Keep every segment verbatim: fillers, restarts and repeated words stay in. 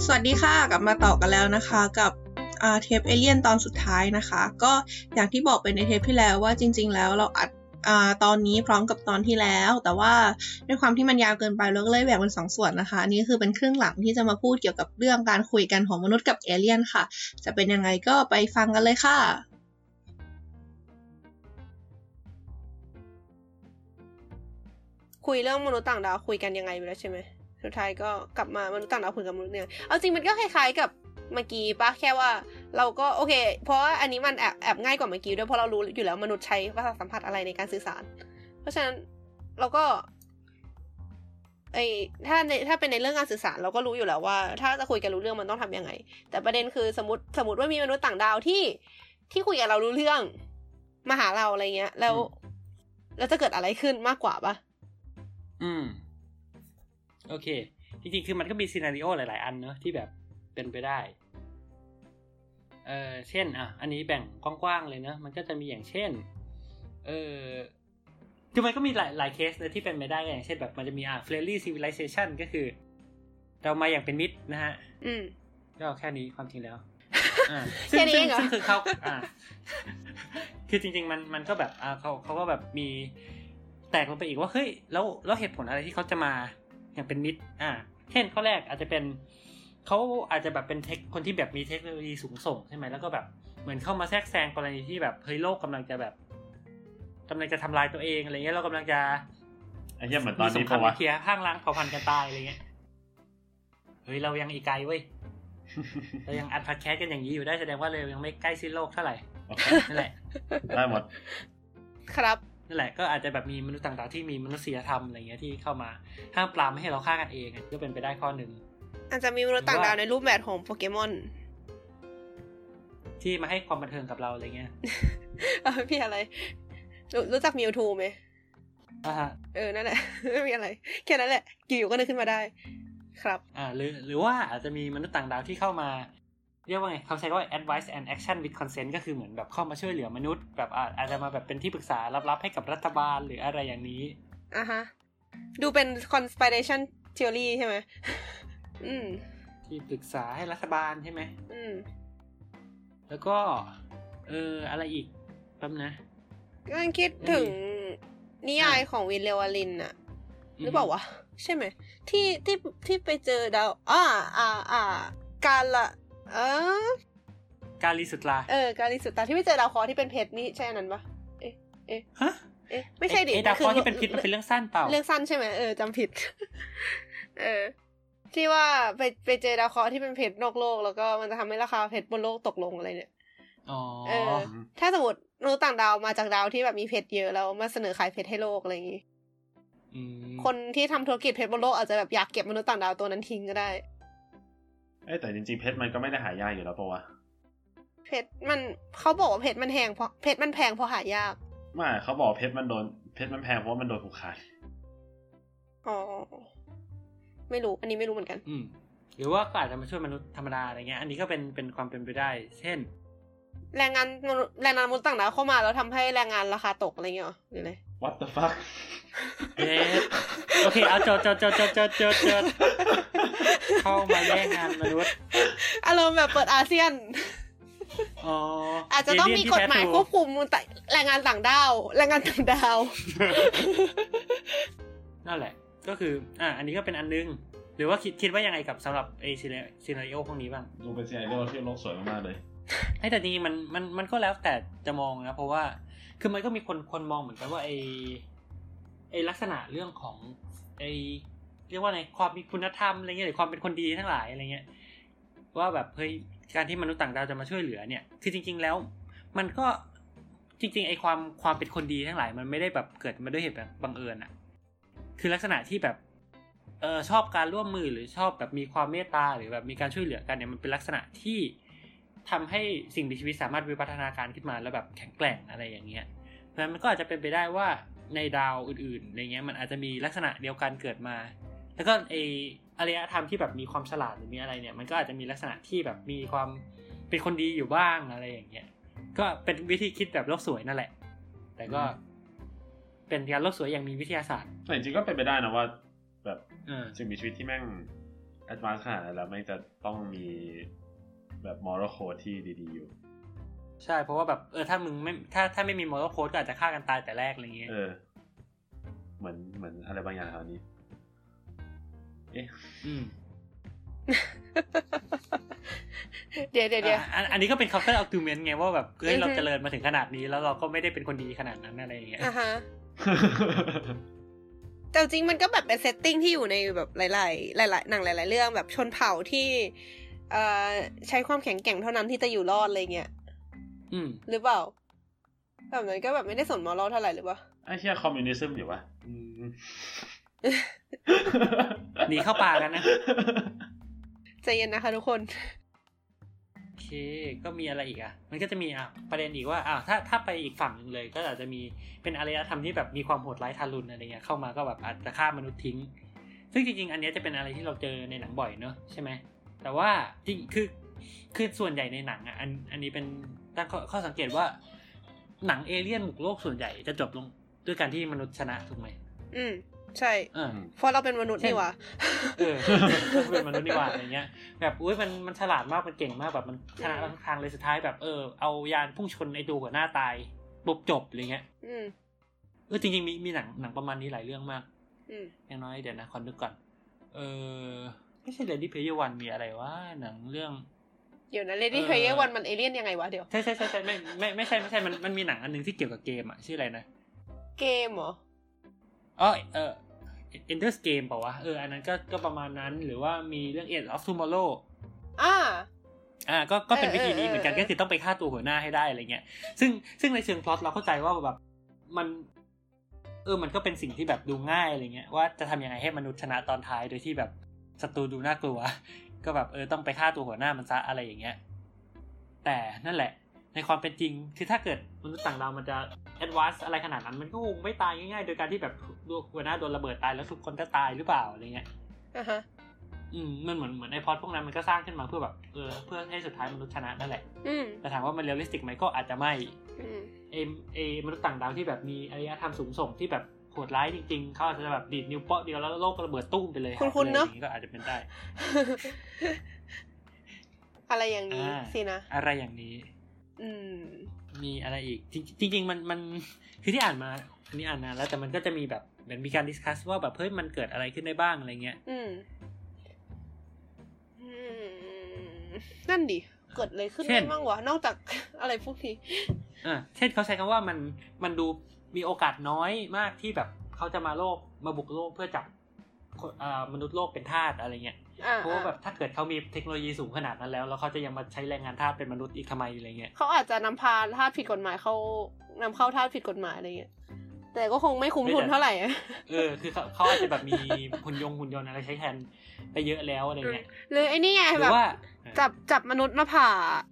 สวัสดีค่ะกลับมาต่อกันแล้วนะคะกับเทปเอเลี่ยนตอนสุดท้ายนะคะก็อย่างที่บอกไปในเทปที่แล้วว่าจริงๆแล้วเราอัดตอนนี้พร้อมกับตอนที่แล้วแต่ว่าด้วยความที่มันยาวเกินไปเราก็เลยแบ่งเป็นสองส่วนนะคะอันนี้คือเป็นครึ่งหลังที่จะมาพูดเกี่ยวกับเรื่องการคุยกันของมนุษย์กับเอเลี่ยนค่ะจะเป็นยังไงก็ไปฟังกันเลยค่ะคุยเรื่องมนุษย์ต่างดาวคุยกันยังไงไปแล้วใช่ไหมสุดท้ายก็กลับมามนุษย์ต่างดาวคุยกับมนุษย์เนี่ยเอาจริงมันก็คล้ายๆกับเมื่อกี้ป่ะแค่ว่าเราก็โอเคเพราะว่าอันนี้มันแอบแอบง่ายกว่าเมื่อกี้ด้วยเพราะเรารู้อยู่แล้วมนุษย์ใช้ประสาทสัมผัสอะไรในการสื่อสารเพราะฉะนั้นเราก็ไอ้ถ้าในถ้าเป็นในเรื่องการสื่อสารเราก็รู้อยู่แล้วว่าถ้าจะคุยกันรู้เรื่องมันต้องทำยังไงแต่ประเด็นคือสมมติสมมติว่ามีมนุษย์ต่างดาวที่ที่คุยกับเรารู้เรื่องมาหาเราอะไรเงี้ยแล้วแล้วจะเกิดอะไรขึ้นมากกว่าป่ะอืมโอเคจริงๆคือมันก็มีซีนาริโอหลายๆอันเนอะที่แบบเป็นไปได้เออเช่นอ่ะอันนี้แบ่งกว้างๆเลยเนอะมันก็จะมีอย่างเช่นเออคือมันก็มีหลายหลายเคสนะที่เป็นไปได้อย่างเช่นแบบมันจะมีอ่ะ friendly civilization ก็คือเรามาอย่างเป็นมิตรนะฮะอืมก็แค่นี้ความจริงแล้วอ่าซึ่งซึ่งซึ่งคือเขาอ่าคือจริงๆมันมันก็แบบอ่าเขาเขาก็แบบมีแตกลงไปอีกว่าเฮ้ยแล้วแล้วเหตุผลอะไรที่เขาจะมาอย่างเป็นมิตรอ่าเช่นข้อแรกอาจจะเป็นเขาอาจจะแบบเป็นเทคคนที่แบบมีเทคโนโลยีสูงส่งใช่ไหมแล้วก็แบบเหมือนเข้ามาแทรกแซงกรณีที่แบบเฮ้ยโลกกำลังจะแบบกำลังจะทำลายตัวเองอะไรเงี้ยเรากำลังจะไอ้เหี้ยเหมือนตอนนี้ปะวะเคลียร์ข้างล้างเผ่าพันธุ์กันตายอะไรเงี้ยเฮ้ยเรายังอีกไกลเว้ยเรายังอัดพอดแคสต์กันอย่างนี้อยู่ได้แสดงว่าเรายังไม่ใกล้สิ้นโลกเท่าไหร่นั่นแหละได้หมดครับนั่นแหละก็อาจจะแบบมีมนุษย์ต่างๆที่มีมนุษยธรรมอะไรเงี้ยที่เข้ามาห้ามปรามไม่ให้เราฆ่ากันเองก็เป็นไปได้ข้อหนึ่งอาจจะมีมนุษย์ต่างดาวในรูปแบบของโปเกมอนที่มาให้ความบันเทิงกับเราอะไรเงี้ยเออพี่อะไรรู้จักมิวทูไหมอ่าฮะเออนั่นแหละไม่มีอะไรแค่นั้นแหละอยู่ก็นึกขึ้นมาได้ครับอ่าหรือหรือว่าอาจจะมีมนุษย์ต่างดาวที่เข้ามาเรียกว่าไงเขาใช้ว่า advice and action with consent ก็คือเหมือนแบบเข้ามาช่วยเหลือมนุษย์แบบอาจจะมาแบบเป็นที่ปรึกษาลับๆให้กับรัฐบาลหรืออะไรอย่างนี้อ่ะฮะดูเป็น conspiration theory ใช่ไหมอืมที่ปรึกษาให้รัฐบาลใช่ไหมอืมแล้วก็เอออะไรอีกแป๊บนะก็คิดถึงนิยายของวินเลวาลินน่ะหรือเปล่าวะใช่ไหมที่ที่ที่ไปเจอดาวอ่าอ่าอ่ากาละเออกาลีสุตราเออกาลีสุตราที่ไปเจอดาวเคราะห์ที่เป็นเพชรนี่ใช่นั้นปะเอ๊ะเอ๊ะฮะเอ๊ะไม่ใช่ดิดาวเคราะห์ที่เป็นพิษมันเป็นเรื่องสั้นเปล่าเรื่องสั้นใช่ไหมเออจำผิดเออที่ว่าไปไปเจอดาวเคราะห์ที่เป็นเพชรนอกโลกแล้วก็มันจะทำให้ราคาเพชรบนโลกตกลงอะไรเนี่ยอ๋อเออถ้าสมมติมนุษย์ต่างดาวมาจากดาวที่แบบมีเพชรเยอะแล้วมาเสนอขายเพชรให้โลกอะไรอย่างงี้คนที่ทำธุรกิจเพชรบนโลกอาจจะแบบอยากเก็บมนุษย์ต่างดาวตัวนั้นทิ้งก็ได้เอ้แต่จริงๆเพชรมันก็ไม่ได้หายากอยู่แล้วป่ะวะเพชรมันเขาบอกว่าเพชรมันแพงเพราะเพชรมันแพงเพราะหายากไม่เขาบอกเพชรมันโดนเพชรมันแพงเพราะมันโดนผูกขาดอ๋อไม่รู้อันนี้ไม่รู้เหมือนกันอืมหรือว่าก็อาจจะมาช่วยมนุษย์ธรรมดาอะไรเงี้ยอันนี้ก็เป็นเป็นความเป็นไปได้เช่นแรงงานแรงงานมนุษย์ต่างดาวเข้ามาแล้วทำให้แรงงานราคาตกอะไรเงี้ยหรอหรืออะไร What the fuck เอ๊ะโอเคเอาจดจดจดจดจดจดจดเข้ามาแย่งงานมนุษย์อารมณ์แบบเปิดอาเซียนอ๋ออาจจะต้องมีกฎหมายควบคุมแรงงานต่างดาวแรงงานต่างดาวนั่นแหละก็คืออ่ะอันนี้ก็เป็นอันนึงหรือว่าคิดคิดว่ายังไงกับสำหรับไอ้ซีนาริโอพวกนี้บ้างดูเป็นซีนาริโอที่โลกสวยมากๆเลยไอ้แต่จริงๆมันมันมันก็แล้วแต่จะมองนะเพราะว่าคือมันก็มีคนคนมองเหมือนกันว่าไอ้ไอ้ลักษณะเรื่องของไอ้เรียกว่าไงความมีคุณธรรมอะไรเงี้ยหรือความเป็นคนดีทั้งหลายอะไรเงี้ยว่าแบบเฮ้ยการที่มนุษย์ต่างดาวจะมาช่วยเหลือเนี่ยคือจริงๆแล้วมันก็จริงๆไอ้ความความเป็นคนดีทั้งหลายมันไม่ได้แบบเกิดมาด้วยเหตุแบบบังเอิญอ่ะคือลักษณะที่แบบเออชอบการร่วมมือหรือชอบแบบมีความเมตตาหรือแบบมีการช่วยเหลือกันเนี่ยมันเป็นลักษณะที่ทำให้สิ่งมีชีวิตสามารถวิวัฒนาการขึ้นมาแล้วแบบแข็งแกร่งอะไรอย่างเงี้ยเพราะฉะนั้นมันก็อาจจะเป็นไปได้ว่าในดาวอื่นๆอะไรเงี้ยมันอาจจะมีลักษณะเดียวกันเกิดมาแล้วก็ไออารยธรรมที่แบบมีความฉลาดหรือมีอะไรเนี่ยมันก็อาจจะมีลักษณะที่แบบมีความเป็นคนดีอยู่บ้างอะไรอย่างเงี้ยก็เป็นวิธีคิดแบบโลกสวยนั่นแหละแต่ก็เป็นการโลกสวยอย่างมีวิทยาศาสตร์แต่จริงๆก็เป็นไปได้นะว่าแบบสิ่งมีชีวิตที่แม่งแอดวานซ์ขนาดนั้นแล้วไม่จะต้องมีแบบ moral code ที่ดีๆอยู่ใช่เพราะว่าแบบเออถ้ามึงไม่ถ้าถ้าไม่มี moral code ก็อาจจะฆ่ากันตายแต่แรกอะไรเงี้ยเออเหมือนเหมือนอะไรบางอย่างแถวนี้เอ๊ะอืมเดี๋ยวเดี๋ยวอันอันนี้ก็เป็น counter argument ไงว่าแบบเฮ้ยเราเจริญมาถึงขนาดนี้แล้วเราก็ไม่ได้เป็นคนดีขนาดนั้นอะไรอย่างเงี้ยอ่าฮะแต่จริงมันก็แบบเป็นเซตติ้งที่อยู่ในแบบหลายๆหลายๆหนังหลายๆเรื่องแบบชนเผ่าที่เอ่อใช้ความแข็งแกร่งเท่านั้นที่จะอยู่รอดอะไรเงี้ยอืมหรือเปล่าแบบนั้นก็แบบไม่ได้สนมอรัลเท่าไหร่หรือเปล่าไอ้เหี้ยคอมมิวนิสต์อยู่วะหนีเข้าป่ากันนะใจเย็นนะคะทุกคนโอเคก็มีอะไรอีกอ่ะมันก็จะมีอ่ะประเด็นอีกว่าอ่ะถ้าถ้าไปอีกฝั่งนึงเลยก็อาจจะมีเป็นอารยธรรมที่แบบมีความโหดร้ายทารุณอะไรเงี้ยเข้ามาก็แบบอาจจะฆ่ามนุษย์ทิ้งซึ่งจริงๆอันนี้จะเป็นอะไรที่เราเจอในหนังบ่อยเนอะใช่ไหมแต่ว่าจริงคือคือส่วนใหญ่ในหนังอ่ะอันอันนี้เป็นตั้งข้อสังเกตว่าหนังเอเลี่ยนบุกโลกส่วนใหญ่จะจบลงด้วยการที่มนุษย์ชนะถูกไหมอืมใช่เพราะเราเป็นมนุษย์นี่หว่าเออเป็นมนุษย์นี่หว่าอะไรเงี้ยแบบอุ้ยมันมันฉลาดมากมันเก่งมากแบบมันชนะทุกทางเลยสุดท้ายแบบเออเอายานพุ่งชนไอ้ดูหัวหน้าตายปุ๊บจบอะไรเงี้ยอืมเออจริงๆมีมีหนังหนังประมาณนี้หลายเรื่องมากอืมอย่างน้อยเดี๋ยวนะขอนึกก่อนเออไม่ใช่ Ready Player One มีอะไรวะหนังเรื่องเดี๋ยวนะ Ready Player One มันเอเลี่ยนยังไงวะเดี๋ยวใช่ๆๆๆไม่ไม่ไม่ใช่ไม่ใช่มันมันมีหนังอันนึงที่เกี่ยวกับเกมอ่ะชื่ออะไรนะเกมเหรออ๋อเออEnder's Game เปล่าวะเอออันนั้นก็ก็ประมาณนั้นหรือว่ามีเรื่อง Age of Tomorrow อ่าอ่าก็ก็เป็นวิธีนี้เหมือนกันก็คือต้องไปฆ่าตัวหัวหน้าให้ได้อะไรเงี้ยซึ่งซึ่งในเชิงพล็อตเราเข้าใจว่าแบบมันเออมันก็เป็นสิ่งที่แบบดูง่ายอะไรเงี้ยว่าจะทำยังไงให้มนุษย์ชนะตอนท้ายโดยที่แบบศัตรูดูน่ากลัวก็แบบเออต้องไปฆ่าตัวหัวหน้ามันซะอะไรอย่างเงี้ยแต่นั่นแหละในความเป็นจริงคือถ้าเกิดมนุษย์ต่างดาวมันจะแอดวานซ์อะไรขนาดนั้นมันก็คงไม่ตายง่ายๆโดยการที่แบบหัวหน้าโดนระเบิดตายแล้วทุกคนก็ตายหรือเปล่าอะไรเงี้ยอ่าฮะอืมมันเหมือนเหมือนไอพอดพวกนั้นมันก็สร้างขึ้นมาเพื่อแบบเออเพื่อให้สุดท้ายมนุษย์ชนะนั่นแหละอืมแต่ถามว่ามันเรียลลิสติกไหมก็อาจจะไม่อืมเอเอมนุษย์ต่างดาวที่แบบมีอารยธรรมสูงส่งที่แบบโหดร้ายจริงๆเขาอาจจะแบบดีดนิ้วเปาะเดียวแล้วโลกระเบิดตุ้มไปเลยคุณๆเนาะก็อาจจะเป็นได้อะไรอย่างนี้สินะอะไรอย่างนี้อืมมีอะไรอีกจริงๆมันมันคือที่อ่านมาอันนี้อ่านนานแล้วแต่มันก็จะมีแบบเหมือนมีการดิสคัสว่าแบบเฮ้ยมันเกิดอะไรขึ้นได้บ้างอะไรเงี้ยอืมนั่นดิเกิดอะไรขึ้นได้บ้างวะนอกจากอะไรพวกนี้อ่าเช่นเขาใช้คำว่ามันมันดูมีโอกาสน้อยมากที่แบบเขาจะมาโลกมาบุกโลกเพื่อจับอ่ามนุษย์โลกเป็นทาสอะไรเงี้ยเพราะว่าแบบถ้าเกิดเขามีเทคโนโลยีสูงขนาดนั้นแล้วแล้วเขาจะยังมาใช้แรงงานทาสเป็นมนุษย์อีกทำไมอะไรเงี้ยเขาอาจจะนำพาทาสผิดกฎหมายเขานำเข้าทาสผิดกฎหมายอะไรเงี้ยแต่ก็คงไม่คุ้มทุนเท่าไหร่เออคือเขาเขาอาจจะแบบมีหุ่นยนต์หุ่นยนต์อะไรใช้แทนไปเยอะแล้วอะไรเงี้ยหรือไอ้นี่ไงแบบจับจับมนุษย์มาผ่า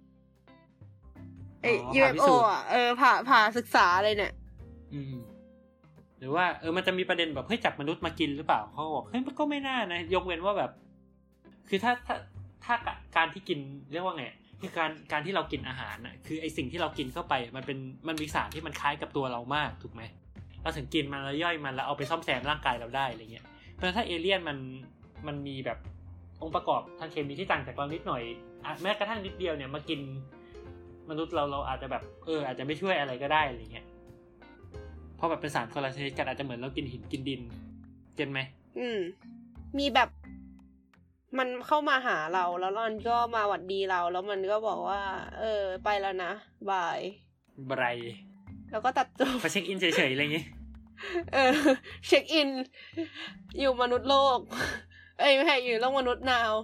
ไอ้ ยู เอฟ โอ อ่ะเออผ่าผ่าศึกษาอะไรเนี่ยอืมหรือว่าเออมันจะมีประเด็นแบบเฮ้ยจับมนุษย์มากินหรือเปล่าเขาบอกเฮ้ยมันก็ไม่น่านะยกเว้นว่าแบบคือถ้าถ้าถ้าการที่กินเรียกว่าไงคือการการที่เรากินอาหารน่ะคือไอสิ่งที่เรากินเข้าไปมันเป็นมันมีสารที่มันคล้ายกับตัวเรามากถูกไหมเราถึงกินมันแล้วย่อยมันแล้วเอาไปซ่อมแซมร่างกายเราได้อะไรเงี้ยเพราะถ้าเอเลี่ยนมันมันมีแบบองค์ประกอบทางเคมีที่ต่างจากเรานิดหน่อยแม้กระทั่งนิดเดียวเนี่ยมากินมนุษย์เราเราอาจจะแบบเอออาจจะไม่ช่วยอะไรก็ได้อะไรเงี้ยเพราะแบบเป็นสารคนละชนิดกันอาจจะเหมือนเรากินหินกินดินเก็ทไหมอืมมีแบบมันเข้ามาหาเราแล้วมันก็มาหวัดดีเราแล้วมันก็บอกว่าเออไปแล้วนะบายบายแล้วก็ตัดจบมาเช็คอินเฉยๆอะไรอย่างงี้เออเช็คอินอยู่มนุษย์โลกเอ้ยไม่ใช่อยู่โลกมนุษย์นาว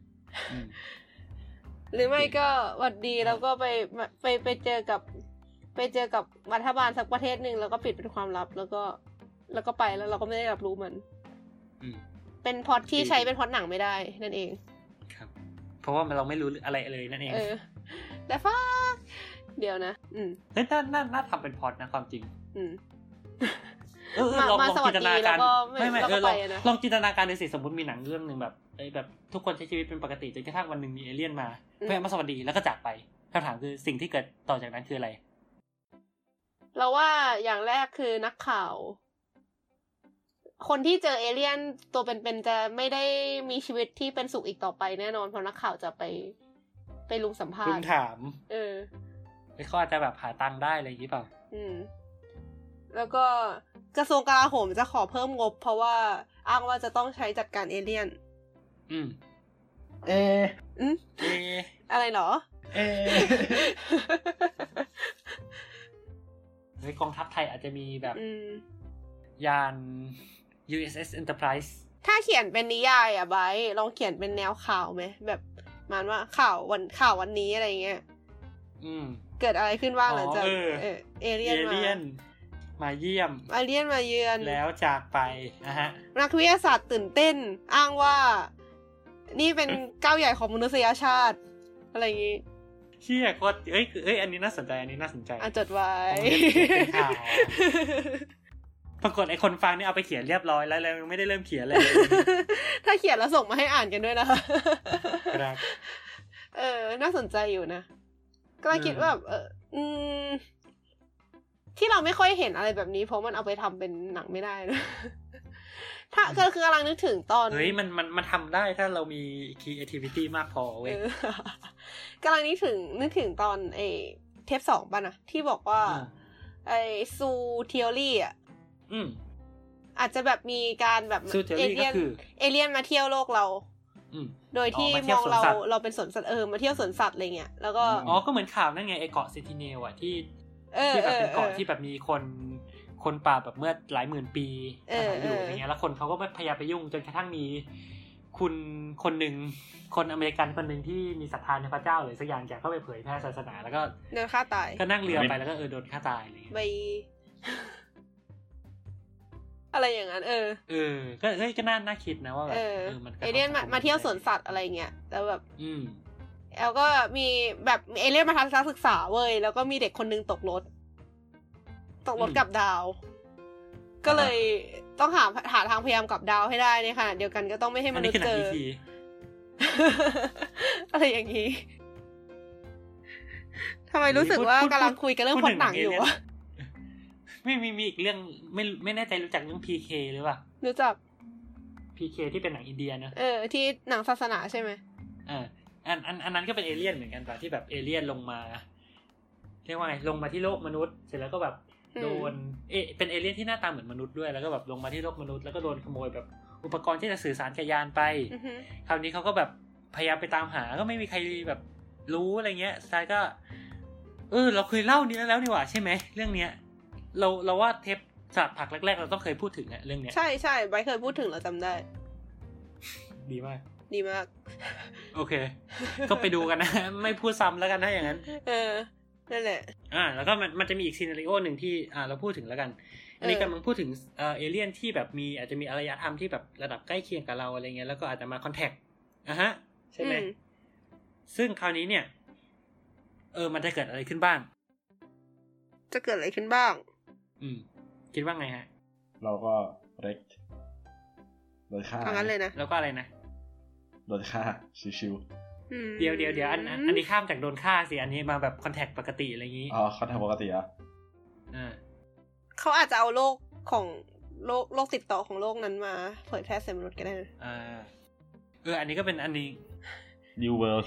หรือไม่ก็หวัดดีแล้วก็ไปไปไปเจอกับไปเจอกับรัฐบาลสักประเทศนึงแล้วก็ปิดเป็นความลับแล้วก็แล้วก็ไปแล้วเราก็ไม่ได้รับรู้มันเป็นพล็อตที่ใช้เป็นพล็อตหนังไม่ได้นั่นเองครับเพราะว่าเราไม่รู้อะไรเลยนั่นเองเออแต่ฟ้าเดี๋ยวนะอืมเฮ้ยน่าน่าน่าทำเป็นพล็อตนะความจริงอืมเออลองลองจินตนาการไม่ไม่เออลองลองจินตนาการดูสิสมมติมีหนังเรื่องนึงแบบไอ้แบบทุกคนใช้ชีวิตเป็นปกติจนกระทั่งวันนึงมีเอเลี่ยนมาเพื่อมาสวัสดีแล้วก็จากไปคำถามคือสิ่งที่เกิดต่อจากนั้นคืออะไรเราว่าอย่างแรกคือนักข่าวคนที่เจอเอเลี่ยนตัวเป็นๆจะไม่ได้มีชีวิตที่เป็นสุขอีกต่อไปแน่นอนเพราะนักข่าวจะไปไปลุมสัมภาษณ์ลุมถามเออเขาอาจจะแบบหาตังค์ได้อะไรอย่างนี้เปล่าอืมแล้วก็กระทรวงกลาโหมจะขอเพิ่มงบเพราะว่าอ้างว่าจะต้องใช้จัดการเอเลี่ยนอืมเออืมเออะไรเหรอเอในกองทัพไทยอาจจะมีแบบยาน ยู เอส เอส Enterprise ถ้าเขียนเป็นนิยายอ่ะไบร์ทลองเขียนเป็นแนวข่าวไหมแบบหมายว่าข่าววันข่าววันนี้อะไรเงี้ยอืมเกิดอะไรขึ้นบ้างหลังจากเออเอเลี่ยนมามาเยี่ยมเอเลี่ยนมาเยือนแล้วจากไปนะฮะนักวิทยาศาสตร์ตื่นเต้นอ้างว่านี่เป็นก้าวใหญ่ของมนุษยชาติอะไรอย่างงี้เชี่ยโคตรเอ้ยเอ้ยอันนี้น่าสนใจอันนี้น่าสนใจอ่ะจดไว้ปรากฏไอ้คนฟังนี่เอาไปเขียนเรียบร้อยแล้วแล้วไม่ได้เริ่มเขียนเลยถ้าเขียนแล้วส่งมาให้อ่านกันด้วยนะคะครับเออน่าสนใจอยู่นะก็เลยคิดว่าแบบเอออืมที่เราไม่ค่อยเห็นอะไรแบบนี้เพราะมันเอาไปทำเป็นหนังไม่ได้นะถ้าก็คือกำลังนึกถึงตอนเฮ้ยมันมันมันทำได้ถ้าเรามี creativity มากพอเว้ยกำลังนึกถึงนึกถึงตอนไอเทปสองป่ะนะที่บอกว่าไอซูเทอรี่อ่ะอืมอาจจะแบบมีการแบบเอเลี่ยนเอเลี่ยนมาเที่ยวโลกเราโดยที่มองเราเราเป็นสวนสัตว์เออมาเที่ยวสวนสัตว์อะไรเงี้ยแล้วก็อ๋อก็เหมือนข่าวนั่นไงไอเกาะเซนติเนลอ่ะที่ที่แบบเป็นเกาะที่แบบมีคนคนป่าแบบเมื่อหลายหมื่นปีอาศัยอยู่อย่างเงี้ยแล้วคนเขาก็พยายามไปยุ่งจนกระทั่งมีคุณคนหนึ่งคนอเมริกันคนหนึ่งที่มีศรัทธาในพระเจ้าหรือสักอย่างอยากเข้าไปเผยแพร่ศาสนาแล้วก็โดนฆ่าตายก็นั่งเรือไปแล้วก็เออโดนฆ่าตายอะไรอย่างเงี้ยไปอะไรอย่างนั้นเออเออก็เฮ้ยก็น่าน่าคิดนะว่าแบบเออมันเอเลี่ยนมามาเที่ยวสวนสัตว์อะไรเงี้ยแล้วแบบอืมแล้วก็มีแบบเอเลี่ยนมาทัศนศึกษาเว้ยแล้วก็มีเด็กคนนึงตกรถตกรถกลับดาวก็เลยต้องหาหาทางพยายามกลับดาวให้ได้ในขณะเดียวกันก็ต้องไม่ให้มนุษย์เจออะไรอย่างนี้ทำไมรู้สึกว่ากำลังคุยกันเรื่องพล็อตหนังอยู่วะไม่มีมีอีกเรื่องไม่ไม่แน่ใจรู้จักเรื่อง พี เค หรือเปล่ารู้จักพี เค ที่เป็นหนังอินเดียนะเออที่หนังศาสนาใช่ไหมอ่าอันอันอันนั้นก็เป็นเอเลี่ยนเหมือนกันป่ะที่แบบเอเลี่ยนลงมาเรียกว่าไงลงมาที่โลกมนุษย์เสร็จแล้วก็แบบโดนเอเป็นเอเลี่ยนที่หน้าตาเหมือนมนุษย์ด้วยแล้วก็แบบลงมาที่โลกมนุษย์แล้วก็โดนขโมยแบบอุปกรณ์ที่จะสื่อสารกับยานไปคราวนี้เขาก็แบบพยายามไปตามหาก็ไม่มีใครแบบรู้อะไรเงี้ยสุดท้ายก็เออเราเคยเล่านี้แล้วนี่หว่าใช่ไหมเรื่องเนี้ยเราเราว่าเทปสลัดผักแรกๆเราต้องเคยพูดถึงอะเรื่องเนี้ยใช่ใช่ใบเคยพูดถึงเราจำได้ดีมากดีมากโอเคก็ไปดูกันนะไม่พูดซ้ำแล้วกันนะอย่างนั้นเออนั่นแหละอ่าแล้วก็มันมันจะมีอีกซีนาริโอหนึ่งที่อ่าเราพูดถึงแล้วกันอันนี้กำลังพูดถึงเอ่อเอเลี่ยนที่แบบมีอาจจะมีอารยธรรมที่แบบระดับใกล้เคียงกับเราอะไรเงี้ยแล้วก็อาจจะมาคอนแทคอ่ะฮะใช่ไหมซึ่งคราวนี้เนี่ยเออมันจะเกิดอะไรขึ้นบ้างจะเกิดอะไรขึ้นบ้างอืมคิดว่าไงฮะเราก็เร็กโดนฆ่างั้นเลยนะแล้วก็อะไรนะโดนฆ่าชิวๆเดี๋ยวเดี๋ยวเดี๋ยวอันอันนี้ข้ามจากโดนฆ่าสิอันนี้มาแบบคอนแทคปกติอะไรอย่างงี้อ๋อคอนแทคปกติอ่ะอ่าเขาอาจจะเอาโรคของโรคโรคติดต่อของโรคนั้นมาเผยแพร่ใส่มนุษย์ก็ได้อ่าเอออันนี้ก็เป็นอันนี้ New World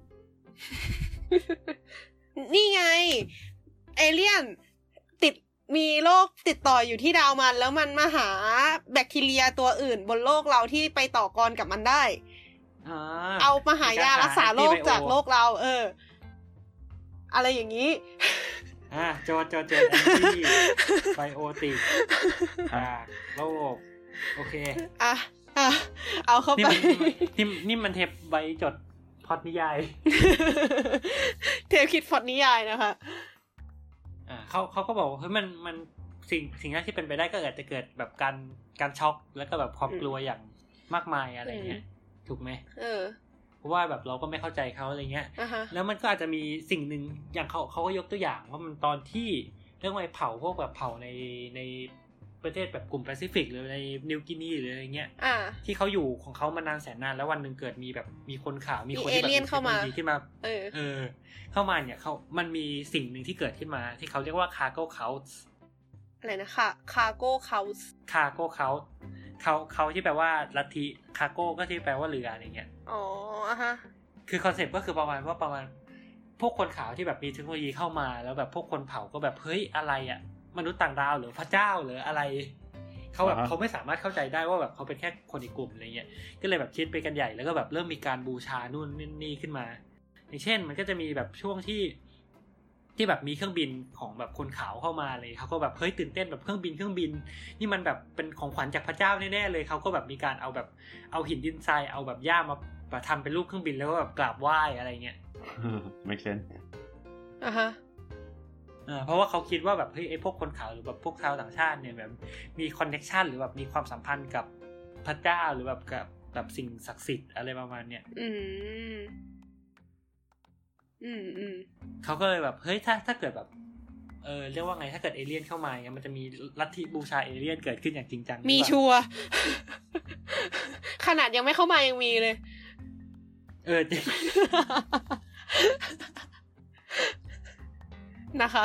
นี่ไงเอเลี่ยนติดมีโรคติดต่ออยู่ที่ดาวมันแล้วมันมาหาแบคทีเรียตัวอื่นบนโลกเราที่ไปต่อกรกับมันได้เอามาหายารักษาโรคจากโลกเราเอออะไรอย่างนี้อ่าโจโจโจแอนตี้ไบโอติกจากโลกโอเคอ่ะอ่ะเอาเข้าไปนี่นี่มันเทปใบจดพล็อตนิยายเทปคิดพล็อตนิยายนะคะอ่าเขาเขาก็บอกว่าเฮ้ยมันมันสิ่งสิ่งแรกที่เป็นไปได้ก็อาจจะเกิดแบบการการช็อกแล้วก็แบบความกลัวอย่างมากมายอะไรเงี้ยถูกไหมเออเพราะว่าแบบเราก็ไม่เข้าใจเขาอะไรเงี้ย uh-huh. แล้วมันก็อาจจะมีสิ่งหนึ่งอย่างเขาเขาก็ยกตัวอย่างว่ามันตอนที่เรื่องไอ้เผาพวกแบบเผาในในประเทศแบบกลุ่มแปซิฟิกหรือในนิวกินีหรืออะไรเงี้ย uh. ที่เขาอยู่ของเขามานานแสนนานแล้ววันนึงเกิดมีแบบมีคนข่าวมีคนที่แบบมีเข้ามาขึ้นมาเออเออเข้ามาเนี่ยเขามันมีสิ่งหนึ่งที่เกิดขึ้นมาที่เขาเรียกว่าคาร์โก้เคาส์อะไรนะคาคาร์โก้เคาส์คาร์โก้เคาส์เขาเขาที่แปลว่าลัทธิคาโก้ก็ที่แปลว่าเรืออะไรเงี้ยอ๋ออ่ะฮะคือคอนเซ็ปต์ก็คือประมาณว่าประมาณพวกคนขาวที่แบบมีเทคโนโลยีเข้ามาแล้วแบบพวกคนเผาก็แบบเฮ้ยอะไรอ่ะมนุษย์ต่างดาวหรือพระเจ้าหรืออะไรเขาแบบ uh-huh. เขาไม่สามารถเข้าใจได้ว่าแบบเขาเป็นแค่คนอีกกลุ่มอะไรเงี้ยก็เลยแบบคิดไปกันใหญ่แล้วก็แบบเริ่มมีการบูชานู่นนี่ขึ้นมาอย่างเช่นมันก็จะมีแบบช่วงที่ที่แบบมีเครื่องบินของแบบคนขาวเข้ามาเลยเขาก็แบบเฮ้ยตื่นเต้นแบบเครื่องบินเครื่องบินนี่มันแบบเป็นของขวัญจากพระเจ้าแน่ๆเลยเขาก็แบบมีการเอาแบบเอาหินดินทรายเอาแบบหญ้ามาแบบทำเป็นรูปเครื่องบินแล้วก็แบบกราบไหว้อะไรเงี้ย make sense อ่าฮะอ่าเพราะว่าเขาคิดว่าแบบเฮ้ยไอ้พวกคนขาวหรือแบบพวกชาวต่างชาติเนี่ยแบบมีคอนเนคชั่นหรือแบบมีความสัมพันธ์กับพระเจ้าหรือแบบกับแบบสิ่งศักดิ์สิทธิ์อะไรประมาณเนี้ยอืมอืมอืมเขาก็เลยแบบเฮ้ยถ้าถ้าเกิดแบบเออเรียกว่าไงถ้าเกิดเอเลี่ยนเข้ามาเนี่ยมันจะมีลัทธิบูชาเอเลี่ยนเกิดขึ้นอย่างจริงจังมีชัวร์ขนาดยังไม่เข้ามายังมีเลยเออจริงนะคะ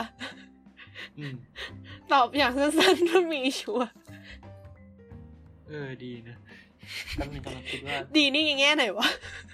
ตอบอย่างสั้นๆว่ามีชัวร์เออดีนะกำลังกำลังคิดว่าดีนี่แง่ไหนวะ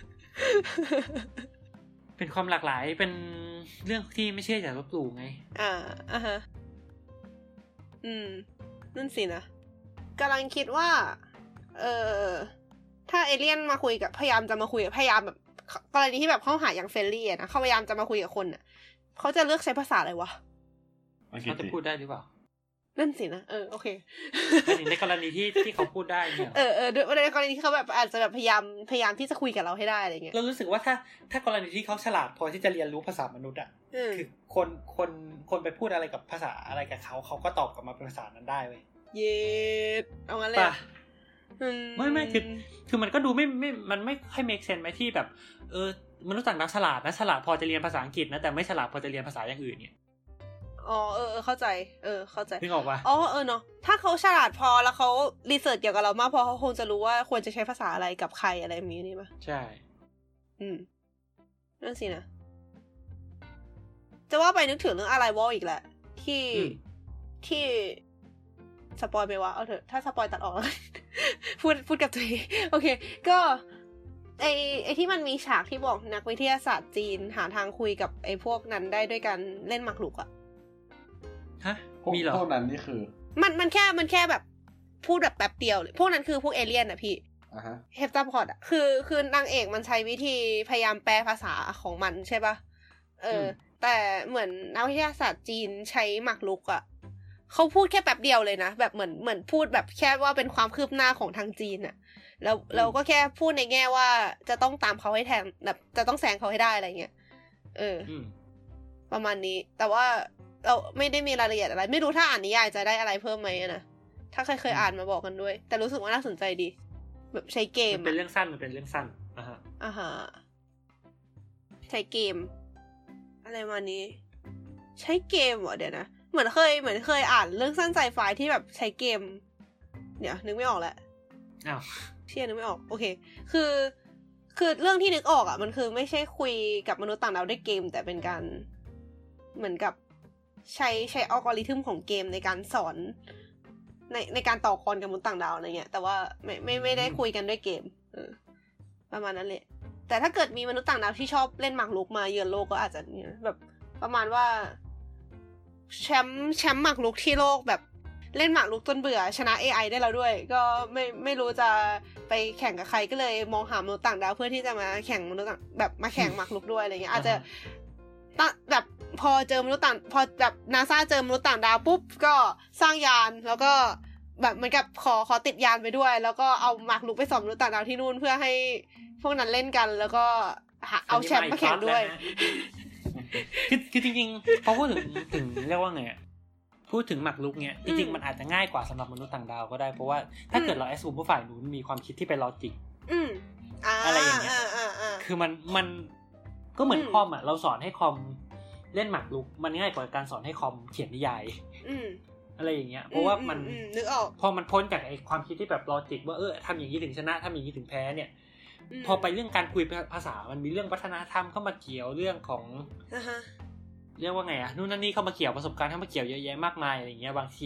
เป็นความหลากหลายเป็นเรื่องที่ไม่เชื่ออย่าลบหลู่ไงอ่าอ่ะฮะอืมนั่นสินะกำลังคิดว่าเออถ้าเอเลี่ยนมาคุยกับพยายามจะมาคุยกับพยายามแบบกรณีที่แบบเข้าหาอย่างเฟรนลี่นะเขาพยายามจะมาคุยกับคนน่ะเขาจะเลือกใช้ภาษาอะไรวะเขาจะพูดได้หรือเปล่านั่นสินะเออโอเคในกรณีที่ที่เขาพูดได้เนี่ยเออเออในกรณีที่เขาแบบอาจจะแบบพยายามพยายามที่จะคุยกับเราให้ได้อะไรเงี้ยเรารู้สึกว่าถ้าถ้ากรณีที่เขาฉลาดพอที่จะเรียนรู้ภาษามนุษย์อ่ะคือคนคนคนไปพูดอะไรกับภาษาอะไรกับเขาเขาก็ตอบกลับมาเป็นภาษานั้นได้เว้ยเย็ดเอางั้นเลยไม่ไม่คือคือมันก็ดูไม่ไม่มันไม่ค่อย make sense ไหมที่แบบเออมนุษย์ต่างดาวฉลาดนะฉลาดพอจะเรียนภาษาอังกฤษนะแต่ไม่ฉลาดพอจะเรียนภาษาอย่างอื่นเนี่ยอ๋อเออเข้าใจเออเข้าใจนึกออกป่ะอ๋อเออเนาะถ้าเขาฉลาดพอแล้วเขารีเสิร์ชเกี่ยวกับเรามากพอเขาคงจะรู้ว่าควรจะใช้ภาษาอะไรกับใครอะไรแบบนี้นี่ป่ะใช่อืมนั่นสินะจะว่าไปนึกถึงเรื่องอะไรวอลอีกแหละที่ที่สปอยไปว่าเอาเถอะถ้าสปอยตัดออกแล้วพูดพูดกับตัวเองโอเคก็ไอไอที่มันมีฉากที่บอกนักวิทยาศาสตร์จีนหาทางคุยกับไอพวกนั้นได้ด้วยการเล่นหมากรุกอะฮะมีเหรอพวกนั้นนี่คือมันมันแค่มันแค่แบบพูดแบบแป๊บเดียวเลยพวกนั้นคือพวกเอเลี่ยนอะพี่อ่าฮะเฮปตาพอดอะคือคือนางเอกมันใช้วิธีพยายามแปลภาษาของมันใช่ป่ะเออแต่เหมือนนักวิทยาศาสตร์จีนใช้หมากรุกอะเขาพูดแค่แป๊บเดียวเลยนะแบบเหมือนเหมือนพูดแบบแค่ว่าเป็นความคืบหน้าของทางจีนอะแล้วเราก็แค่พูดในแง่ว่าจะต้องตามเขาให้แทนแบบจะต้องแซงเขาให้ได้อะไรเงี้ยเออประมาณนี้แต่ว่าเราไม่ได้มีรายละเอียดอะไรไม่รู้ถ้าอ่านนิยายจะได้อะไรเพิ่มไหมนะถ้าใครเคยอ่านมาบอกกันด้วยแต่รู้สึกว่าน่าสนใจดีแบบใช้เกมเป็นเรื่องสั้นมันเป็นเรื่องสั้นอ่ะฮะอ่าฮะใช้เกมอะไรมานี้ใช้เกมเหรอเดี๋ยวนะเหมือนเคยเหมือนเคยอ่านเรื่องสั้นไซไฟที่แบบใช้เกมเดี๋ยวนึกไม่ออกแล้วอ้าวเชี่ยนึกไม่ออกโอเคคือคือเรื่องที่นึกออกอ่ะมันคือไม่ใช่คุยกับมนุษย์ต่างดาวด้วยเกมแต่เป็นการเหมือนกับใช้ใช้อัลกอริทึมของเกมในการสอนในในการต่อกรกับมนุษย์ต่างดาวอะไรเงี้ยแต่ว่าไม่ไม่ไม่ได้คุยกันด้วยเกมเออประมาณนั้นแหละแต่ถ้าเกิดมีมนุษย์ต่างดาวที่ชอบเล่นหมากรุกมาเยือนโลกก็อาจจะเนี่ยแบบประมาณว่าแชมป์แชมป์หมากรุกที่โลกแบบเล่นหมากรุกจนเบื่อชนะ เอ ไอ ได้แล้วด้วยก็ไม่ไม่รู้จะไปแข่งกับใครก็เลยมองหามนุษย์ต่างดาวเพื่อที่จะมาแข่งมนุษย์ต่างแบบมาแข่งหมากรุกด้วยอะไรเงี้ยอาจจะแบบพอเจอมนุษย์ต่างพอแบบนาซาเจอมนุษย์ต่างดาวปุ๊บก็สร้างยานแล้วก็แบบเหมือนกับขอขอติดยานไปด้วยแล้วก็เอาหมากรุกไปสอนมนุษย์ต่างดาวที่นู่นเพื่อให้พวกนั้นเล่นกันแล้วก็เอาแชมป์มาแข่งด้วยคือคือจริงๆพอพูดถึงถึงเรียกว่าไงพูดถึงหมากรุกเนี่ยจริงๆมันอาจจะง่ายกว่าสำหรับมนุษย์ต่างดาวก็ได้เพราะว่าถ้าเกิดเราแอสซูมว่าฝ่ายนู้นมีความคิดที่เป็นลอจิกอะไรอย่างเงี้ยคือมันมันก็เหมือนคอมอ่ะเราสอนให้คอมเล่นหมากรุกมันง่ายกว่าการสอนให้คอมเขียนนิยายอะไรอย่างเงี้ยเพราะว่ามันนึกออกพอมันพ้นจากไอ้ความคิดที่แบบลอจิกว่าเออทำอย่างนี้ถึงชนะทำอย่างนี้ถึงแพ้เนี่ยพอไปเรื่องการคุยภาษามันมีเรื่องวัฒนธรรมเข้ามาเกี่ยวเรื่องของเรียกว่าไงอ่ะนู่นนั่นนี่เข้ามาเกี่ยวประสบการณ์เข้ามาเกี่ยวเยอะแยะมากมายอะไรอย่างเงี้ยบางที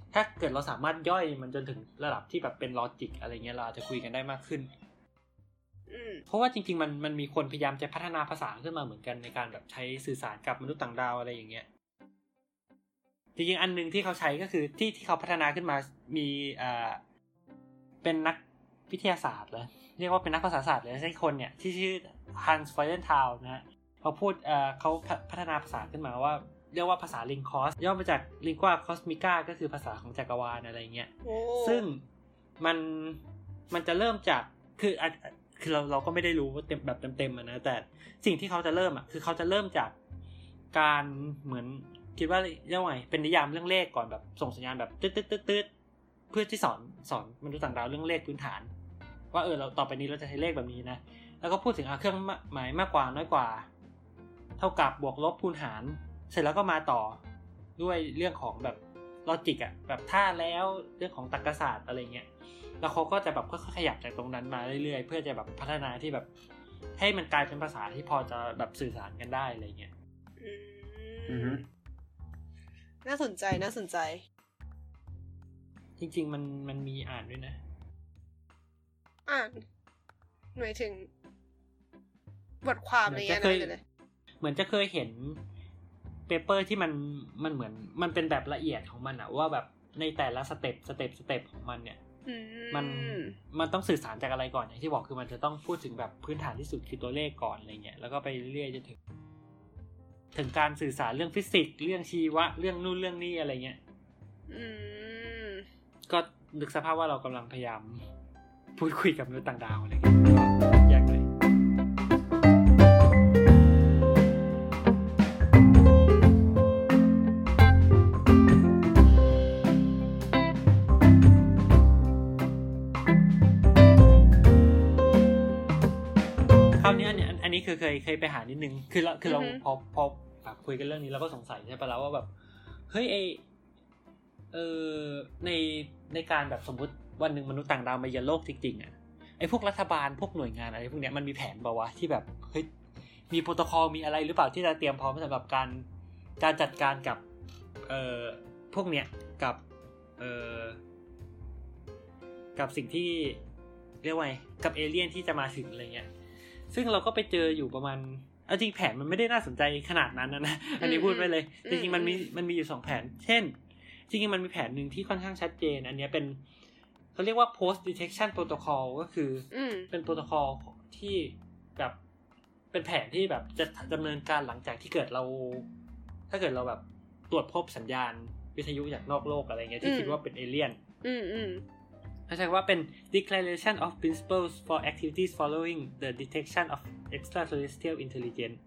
ถ้าเกิดเราสามารถย่อยมันจนถึงระดับที่แบบเป็นลอจิกอะไรเงี้ยเราอาจจะคุยกันได้มากขึ้นเพราะว่าจริงๆมันมันมีคนพยายามจะพัฒนาภาษาขึ้นมาเหมือนกันในการแบบใช้สื่อสารกับมนุษย์ต่างดาวอะไรอย่างเงี้ยจริงๆอันนึงที่เขาใช้ก็คือที่ที่เขาพัฒนาขึ้นมามีอ่าเป็นนักวิทยาศาสตร์เลยเรียกว่าเป็นนักภาษาศาสตร์เลยใช่คนเนี่ยที่ชื่อ Hans Freudenthal นะฮะเขาพูดเอ่อเขาพัฒนาภาษาขึ้นมาว่าเรียกว่าภาษา Linkos ย่อมาจาก Lingua Cosmica ก็คือภาษาของจักรวาลอะไรเงี้ยซึ่งมันมันจะเริ่มจากคือคือเราเราก็ไม่ได้รู้เต็มแบบเต็มๆนะแต่สิ่งที่เขาจะเริ่มอ่ะคือเขาจะเริ่มจากการเหมือนคิดว่าเรียกว่าไงเป็นนิยามเรื่องเลขก่อนแบบส่งสัญญาณแบบตึ๊ดๆๆๆเพื่อที่สอนสอนมนุษย์ต่างดาวเรื่องเลขพื้นฐานว่าเออเราต่อไปนี้เราจะใช้เลขแบบนี้นะแล้วก็พูดถึงเครื่องหมายมากกว่าน้อยกว่าเท่ากับบวกลบคูณหารเสร็จแล้วก็มาต่อด้วยเรื่องของแบบลอจิกอ่ะแบบถ้าแล้วเรื่องของตรรกศาสตร์อะไรเงี้ยแล้วเขาก็จะแบบค่อยๆขยับจากตรงนั้นมาเรื่อยๆเพื่อจะแบบพัฒนาที่แบบให้มันกลายเป็นภาษาที่พอจะแบบสื่อสารกันได้อะไรเงี้ยอืมน่าสนใจน่าสนใจจริงๆมันมันมีอ่านด้วยนะอ่านหมายถึงบทความอะไรเงี้ยนะเหมือนจะเคยเห็นเปเปอร์ที่มันมันเหมือนมันเป็นแบบละเอียดของมันอะว่าแบบในแต่ละสเต็ปสเต็ปสเต็ปของมันเนี่ยมันมันต้องสื่อสารจากอะไรก่อนอย่างที่บอกคือมันจะต้องพูดถึงแบบพื้นฐานที่สุดคือตัวเลขก่อนอะไรเงี้ยแล้วก็ไปเรื่อยๆจนถึงถึงการสื่อสารเรื่องฟิสิกส์เรื่องชีวะเรื่องนู่นเรื่องนี้อะไรเงี้ยก็นึกสภาพว่าเรากำลังพยายามพูดคุยกับมนุษย์ต่างดาวอะไรเงี้ยก็ยากเลยคราวนี้อันนี้อันนี้คือเคยเคยไปหานิดนึงคือเราคือเราพอพอแบบคุยกันเรื่องนี้เราก็สงสัยใช่ปะแล้วว่าแบบเฮ้ยไอเออในในการแบบสมมติวันหนึ่งมนุษย์ต่างดาวมาเยือนโลกจริงๆอ่ะไอพวกรัฐบาลพวกหน่วยงานอะไรพวกเนี้ยมันมีแผนป่าววะที่แบบเฮ้ยมีโปรโตคอลมีอะไรหรือเปล่าที่จะเตรียมพร้อมสำหรับการการจัดการกับเอ่อพวกเนี้ยกับเอ่อกับสิ่งที่เรียกว่าไงกับเอเลี่ยนที่จะมาถึงอะไรเงี้ยซึ่งเราก็ไปเจออยู่ประมาณเอาจริงแผนมันไม่ได้น่าสนใจขนาดนั้นนะอันนี้พูดไปเลยจริงๆมันมีมันมีอยู่สองแผนเช่นจริงๆมันมีแผนหนึ่งที่ค่อนข้างชัดเจนอันนี้เป็นเขาเรียกว่า post detection protocol ก็คือเป็นโปรโตคอลที่แบบเป็นแผนที่แบบจะดำเนินการหลังจากที่เกิดเราถ้าเกิดเราแบบตรวจพบสัญญาณวิทยุจากนอกโลกอะไรเงี้ยที่คิดว่าเป็นเอเลี่ยนเขาใช้ว่าเป็น declaration of principles for activities following the detection of extraterrestrial intelligence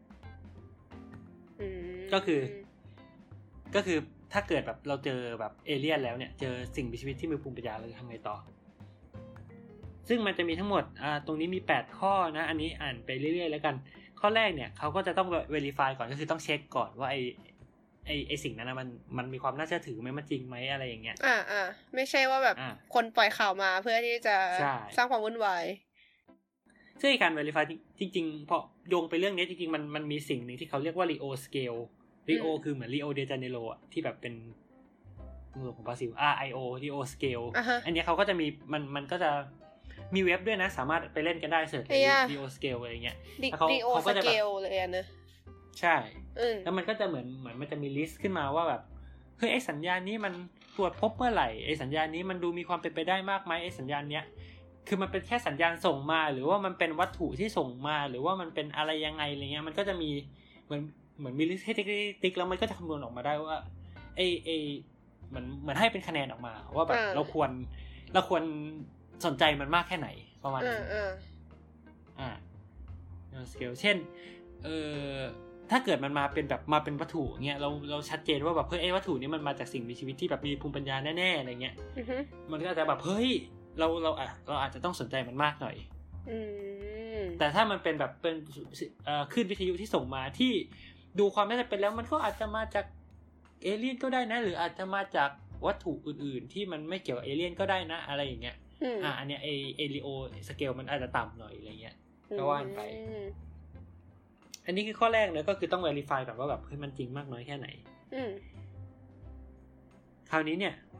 ก็คือก็คือถ้าเกิดแบบเราเจอแบบเอเลี่ยนแล้วเนี่ยเจอสิ่งมีชีวิตที่มีภูมิปัญญาเราจะทำไงต่อซึ่งมันจะมีทั้งหมดอ่าตรงนี้มีแปดข้อนะอันนี้อ่านไปเรื่อยๆแล้วกันข้อแรกเนี่ยเขาก็จะต้อง verify ก่อนก็คือต้องเช็คก่อนว่าไอไอไอสิ่งนั้นนะมันมันมีความน่าเชื่อถือไหมมันจริงไหมอะไรอย่างเงี้ยอ่าอ่าไม่ใช่ว่าแบบคนปล่อยข่าวมาเพื่อที่จะสร้างความวุ่นวายซึ่งการ verify จริงๆพอโยงไปเรื่องนี้จริงๆมันมันมีสิ่งหนึ่งที่เขาเรียกว่า Rio Scale Rio คือเหมือน Rio de Janeiro อ่ะที่แบบเป็นเมืองของบราซิล อาร์ ไอ โอ Rio Scale อันนี้เขาก็จะมีมันมันก็จะมีเว็บด้วยนะสามารถไปเล่นกันได้เสิร์ช Rio Scale อะไรเงี้ยแล้วเขาเขาก็จะแบบเลยนะใช่แล้วมันก็จะเหมือนเหมือนมันจะมีลิสต์ขึ้นมาว่าแบบเฮ้ยไอ้สัญญาณนี้มันตรวจพบเมื่อไหร่ไอ้สัญญาณนี้มันดูมีความเป็นไปได้มากไหมไอ้สัญญาณเนี้ยคือมันเป็นแค่สัญญาณส่งมาหรือว่ามันเป็นวัตถุที่ส่งมาหรือว่ามันเป็นอะไรยังไงอะไรเงี้ยมันก็จะมีเหมือนเหมือนมีลิสต์ให้ติ๊กๆแล้วมันก็จะคำนวณออกมาได้ว่าไอ้ไอ้เหมือนเหมือนให้เป็นคะแนนออกมาว่าแบบเราควรเราควรสนใจมันมากแค่ไหนประมาณนั้นอ่าสเกลเช่นเออถ้าเกิดมันมาเป็นแบบมาเป็นวัตถุเงี้ยเราเราชัดเจนว่าแบบเฮ้ยไอ้วัตถุนี้มันมาจากสิ่งมีชีวิตที่แบบมีภูมิปัญญาแน่ๆอะไรเงี้ยมันก็จะแบบเฮ้ยเราเราอ่ะเราอาจจะต้องสนใจมันมากหน่อยแต่ถ้ามันเป็นแบบเป็นเอ่อคลื่นวิทยุที่ส่งมาที่ดูความน่าจะเป็นแล้วมันก็อาจจะมาจากเอเลี่ยนก็ได้นะหรืออาจจะมาจากวัตถุอื่นๆที่มันไม่เกี่ยวกับเอเลี่ยนก็ได้นะอะไรอย่างเงี้ยอ่าอันเนี้ยไอเอลิโอสเกลมันอาจจะต่ำหน่อยอะไรเงี้ยก็ว่านไปอันนี้คือข้อแรกเลยก็คือต้อง verify ก่อนว่าแบบเฮ้ยมันจริงมากน้อยแค่ไหนคราวนี้เนี่ย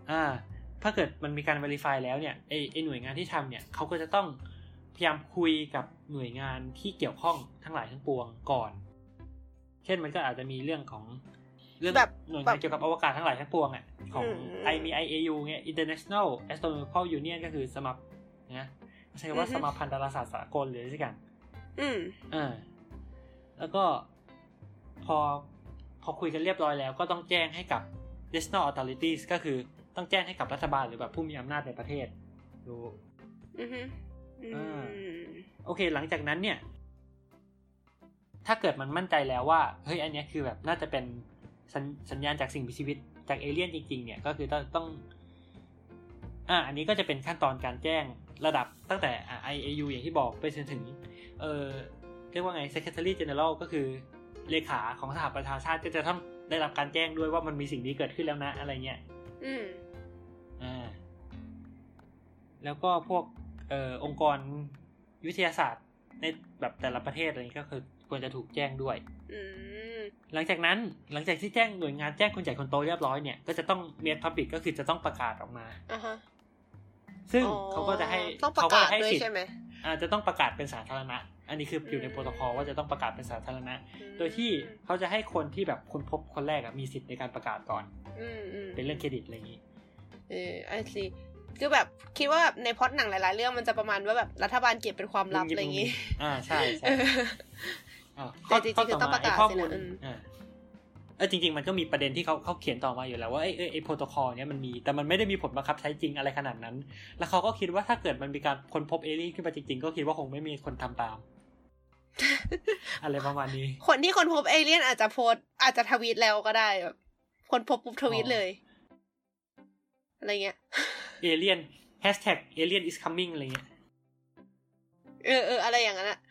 อ่าถ้าเกิดมันมีการ verify แล้วเนี่ยไอ้ไอ้หน่วยงานที่ทำเนี่ยเขาก็จะต้องพยายามคุยกับหน่วยงานที่เกี่ยวข้องทั้งหลายทั้งปวงก่อนเช่นมันก็อาจจะมีเรื่องของเรื่องหน่วยงานเกี่ยวกับอวกาศทั้งหลายทั้งปวงอ่ะของ ไอ มี ไอ เอ ยู เนี่ย International Astronomical Union ก็คือสมานะใช้คำว่าสมาพันธ์ดาราศาสตร์สากลหรืออะไรสักอย่างอืมอ่าแล้วก็พอพอคุยกันเรียบร้อยแล้วก็ต้องแจ้งให้กับ national authorities ก็คือต้องแจ้งให้กับรัฐบาลหรือแบบผู้มีอำนาจในประเทศรู้อือฮึอ่าโอเคหลังจากนั้นเนี่ยถ้าเกิดมันมั่นใจแล้วว่าเฮ้ยอันนี้คือแบบน่าจะเป็นสัญ, สัญญาณจากสิ่งมีชีวิตจากเอเลี่ยนจริงๆเนี่ยก็คือต้องต้องอ่าอันนี้ก็จะเป็นขั้นตอนการแจ้งระดับตั้งแต่ ไอ เอ ยู อย่างที่บอกไปจนถึงเอ่อเรียกว่าไง Secretary General ก็คือเลขาของสหประชาชาติก็จะต้องได้รับการแจ้งด้วยว่ามันมีสิ่งนี้เกิดขึ้นแล้วนะอะไรเงี้ยอืมอ่าแล้วก็พวกเอ่อองค์กรวิทยาศาสตร์ในแบบแต่ละประเทศอะไรนี้ก็คือควรจะถูกแจ้งด้วยอืมหลังจากนั้นหลังจากที่แจ้งหน่วยงานแจ้งคนใหญ่คนโตเรียบร้อยเนี่ยก็จะต้องเมดพับลิกก็คือจะต้องประกาศออกมาอ่าฮะซึ่งเขาก็จะให้เขาก็ให้สิทธิ์อ่าจะต้องประกาศเป็นสาธารณะอันนี้คืออยู่ในโปรโตคอลว่าจะต้องประกาศเป็นสาธารณะโดยที่เขาจะให้คนที่แบบคนพบคนแรกมีสิทธิ์ในการประกาศก่อนเป็นเรื่องเครดิตอะไรอย่างนี้เออไอซีคือแบบคิดว่าแบบในพล็อตหนังหลายๆเรื่องมันจะประมาณว่าแบบรัฐบาลเก็บเป็นความลับอะไรอย่างนี้อ่าใช่ใช่แต่จริงๆคือต้องประกาศข้อมูลอ่าเออจริงๆมันก็มีประเด็นที่เขาเขาเขียนต่อมาอยู่แล้วว่าไอ้ไอ้โปรโตคอลเนี้ยมันมีแต่มันไม่ได้มีผลบังคับใช้จริงอะไรขนาดนั้นแล้วเขาก็คิดว่าถ้าเกิดมันมีการค้นพบเอเลี่ยนขึ้นมาจริงๆก็คิดว่าคงไม่มีคนทำตามอะไรประมาณนี้คนที่คนพบเอเลี่ยนอาจจะโพสอาจจะทวีตแล้วก็ได้แบบคนพบปุ๊บทวีตเลยอะไรเงี้ยเอเลี่ยนแฮชแท็กเอเลี่ยน is coming อะไรเงี้ยเออเอออะไรอย่างนั้นอ่ะ